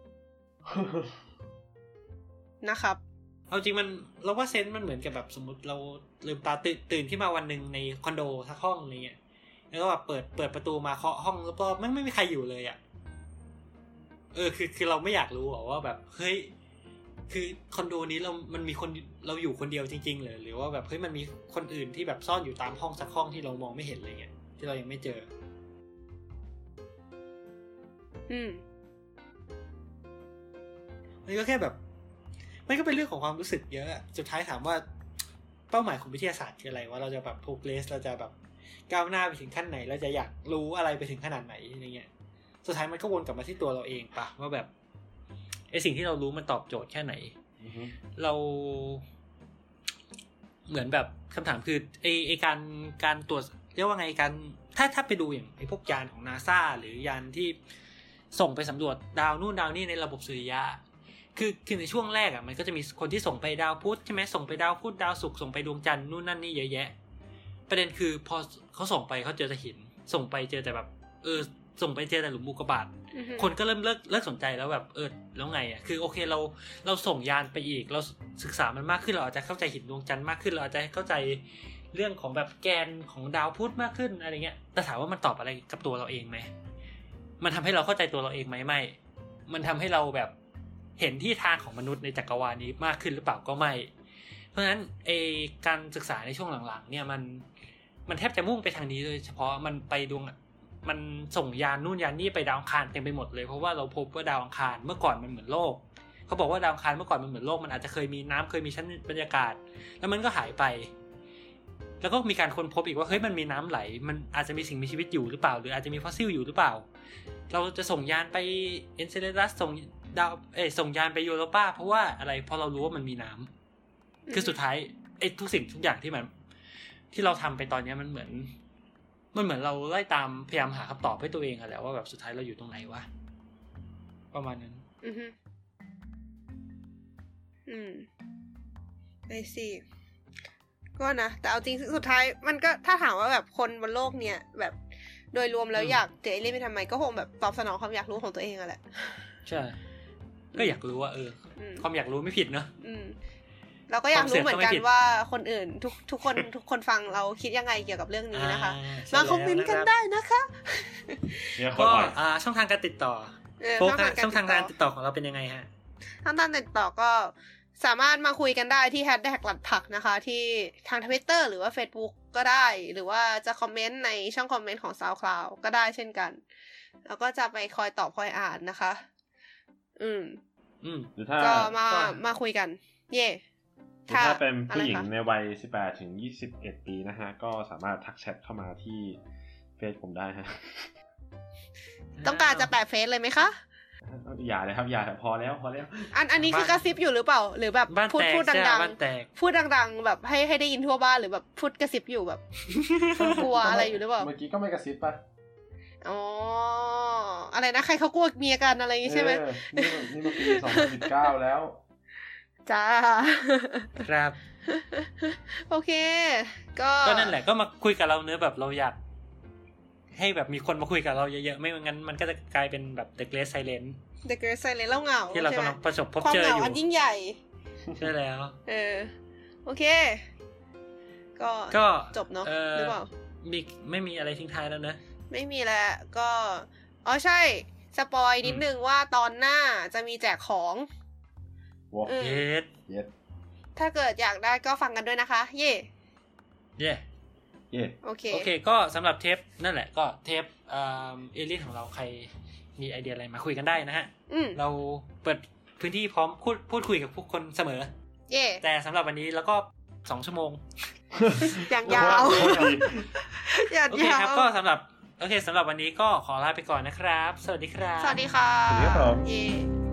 นะครับเอาจริงมันเราว่าเซนส์มันเหมือนกับแบบสมมติเราลืมตาตื่นตื่นขึ้นมาวันนึงในคอนโดสักห้องอะไรเงี้ยแล้วก็แบบเปิดเปิดประตูมาเคาะห้องแล้วก็ไม่ไม่มีใครอยู่เลยอ่ะเออคือคือเราไม่อยากรู้หรอว่าแบบเฮ้ยคือคอนโดนี้เรามันมีคนเราอยู่คนเดียวจริงๆเลยหรือว่าแบบเฮ้ยมันมีคนอื่นที่แบบซ่อนอยู่ตามห้องสักห้องที่เรามองไม่เห็นอะไรเงี้ยที่เรายังไม่เจออืมมันก็แค่แบบมันก็เป็นเรื่องของความรู้สึกเยอะสุดท้ายถามว่าเป้าหมายของวิทยาศาสตร์คืออะไรว่าเราจะแบบโปรเกรสเราจะแบบก้าวหน้าไปถึงขั้นไหนเราจะอยากรู้อะไรไปถึงขนาดไหนอะไรเงี้ยสุดท้ายมันก็วนกลับมาที่ตัวเราเองปะว่าแบบไอสิ่งที่เรารู้มันตอบโจทย์แค่ไหน mm-hmm. เราเหมือนแบบคำถามคือไอไอการการตรวจเรียกว่าไงการถ้าถ้าไปดูอย่างไอพวกยานของ NASA หรือยานที่ส่งไปสำรวจดาวนู่นดาวนี่ในระบบสุริยะคือคือในช่วงแรกอ่ะมันก็จะมีคนที่ส่งไปดาวพุธใช่ไหมส่งไปดาวพุธดาวศุกร์ส่งไปดวงจันทร์นู่นนั่นนี่เยอะแยะประเด็นคือพอเขาส่งไปเขาเจอแต่หินส่งไปเจอแต่แบบเออส่งไปเจอแต่หลุมอุกกาบาต mm-hmm. คนก็เริ่มเลิกเลิกสนใจแล้วแบบเออแล้วไงอ่ะคือโอเคเราเราส่งยานไปอีกเราศึกษามันมากขึ้นเราอาจจะเข้าใจหินดวงจันทร์มากขึ้นเราอาจจะเข้าใจเรื่องของแบบแกนของดาวพุธมากขึ้นอะไรเงี้ยแต่ถามว่ามันตอบอะไรกับตัวเราเองไหมมันทำให้เราเข้าใจตัวเราเองไหมไม่มันทำให้เราแบบเห็นที่ทางของมนุษย์ในจักรวาลนี้มากขึ้นหรือเปล่าก็ไม่เพราะฉะนั้นไอการศึกษาในช่วงหลังๆเนี่ยมันมันแทบจะมุ่งไปทางนี้โดยเฉพาะมันไปดวงมันส่งยานนู่นยานนี่ไปดาวอังคารเต็มไปหมดเลยเพราะว่าเราพบว่าดาวอังคารเมื่อก่อนมันเหมือนโลกเขาบอกว่าดาวอังคารเมื่อก่อนมันเหมือนโลกมันอาจจะเคยมีน้ำเคยมีชั้นบรรยากาศแล้วมันก็หายไปแล้วก็มีการค้นพบอีกว่าเฮ้ยมันมีน้ำไหลมันอาจจะมีสิ่งมีชีวิตอยู่หรือเปล่าหรืออาจจะมีฟอสซิลอยู่หรือเปล่าเราจะส่งยานไปเอนเซเลดัสส่งดาวเอ้ยส่งยานไปยูโรปาเพราะว่าอะไรเพราะเรารู้ว่ามันมีน้ำคือสุดท้ายไอ้ทุกสิ่งทุกอย่างที่มันที่เราทำไปตอนนี้มันเหมือนมันเหมือนเราไล่ตามพยายามหาคำตอบให้ตัวเองอะแหละว่าแบบสุดท้ายเราอยู่ตรงไหนวะประมาณนั้นอือฮึอืมไอซีก็นะแต่เอาจริงสุดท้ายมันก็ถ้าถามว่าแบบคนบนโลกเนี้ยแบบโดยรวมแล้วอยากเจอเอเลี่ยนไปทำไมก็คงแบบตอบสนองความอยากรู้ของตัวเองอะแหละใช่ก็อยากรู้ว่าเออความอยากรู้ไม่ผิดเนอะอืมเราก็อยากรู้เหมือนกันว่าคนอื่นทุกทุกคนทุกคนฟังเราคิดยังไงเกี่ยวกับเรื่องนี้นะคะมาคอมเมนต์กันได้นะคะก็อ่าช่องทางการติดต่อโฟกัสช่องทางการติดต่อของเราเป็นยังไงฮะช่องทางติดต่อก็สามารถมาคุยกันได้ที่แฮชแท็กหลัดผักนะคะที่ทาง Twitter หรือว่า Facebook ก็ได้หรือว่าจะคอมเมนต์ในช่องคอมเมนต์ของ SoundCloud ก็ได้เช่นกันแล้วก็จะไปคอยตอบคอยอ่านนะคะอืมอืมก็มามาคุยกันเย่ถ้าเป็นผู้หญิงในวัยสิบแปดถึงยี่สิบเอ็ดปีนะฮะก็สามารถทักแชทเข้ามาที่เฟซผมได้ฮะต้องการจะแปะเฟซเลยไหมคะอย่าเลยครับอย่าพอแล้วพอแล้วอันอันนี้คือกระซิบอยู่หรือเปล่าหรือแบบพูดพูดดังๆพูดดังๆแบบให้ให้ได้ยินทั่วบ้านหรือแบบพูดกระซิบอยู่แบบกลัวอะไรอยู่หรือเปล่าเมื่อกี้ก็ไม่กระซิบป่ะอ๋ออะไรนะใครเขากลัวเมียกันอะไรอย่างงี้ใช่ไหมนี่นี่มันปีสองพันสิบเก้าแล้วจ้าครับโอเคก็ก็นั่นแหละก็มาคุยกับเราเนื้อแบบเราอยากให้แบบมีคนมาคุยกับเราเยอะๆไม่งั้นมันก็จะกลายเป็นแบบ The Great Silence The Great Silence แล้วเหงาที่เรากำลังประสบพบเจออยู่ความเหงาอันยิ่งใหญ่ใช่แล้วเออโอเคก็ก็จบเนาะหรือเปล่ามีไม่มีอะไรทิ้งท้ายแล้วนะไม่มีแล้วก็อ๋อใช่สปอยนิดนึงว่าตอนหน้าจะมีแจกของเย็ดเย็ดถ้าเกิดอยากได้ก็ฟังกันด้วยนะคะเย่เย่เย่โอเคโอเคก็สำหรับเทปนั่นแหละก็เทปเอ่อเอเลี่ยนของเราใครมีไอเดียอะไรมาคุยกันได้นะฮะเราเปิดพื้นที่พร้อมพูดพูดคุยกับผู้คนเสมอเย่แต่สำหรับวันนี้แล้วก็สองชั่วโมงอย่างยาวโอเคครับก็สำหรับโอเคสำหรับวันนี้ก็ขอลาไปก่อนนะครับสวัสดีครับสวัสดีค่ะสวัสดีครับเย่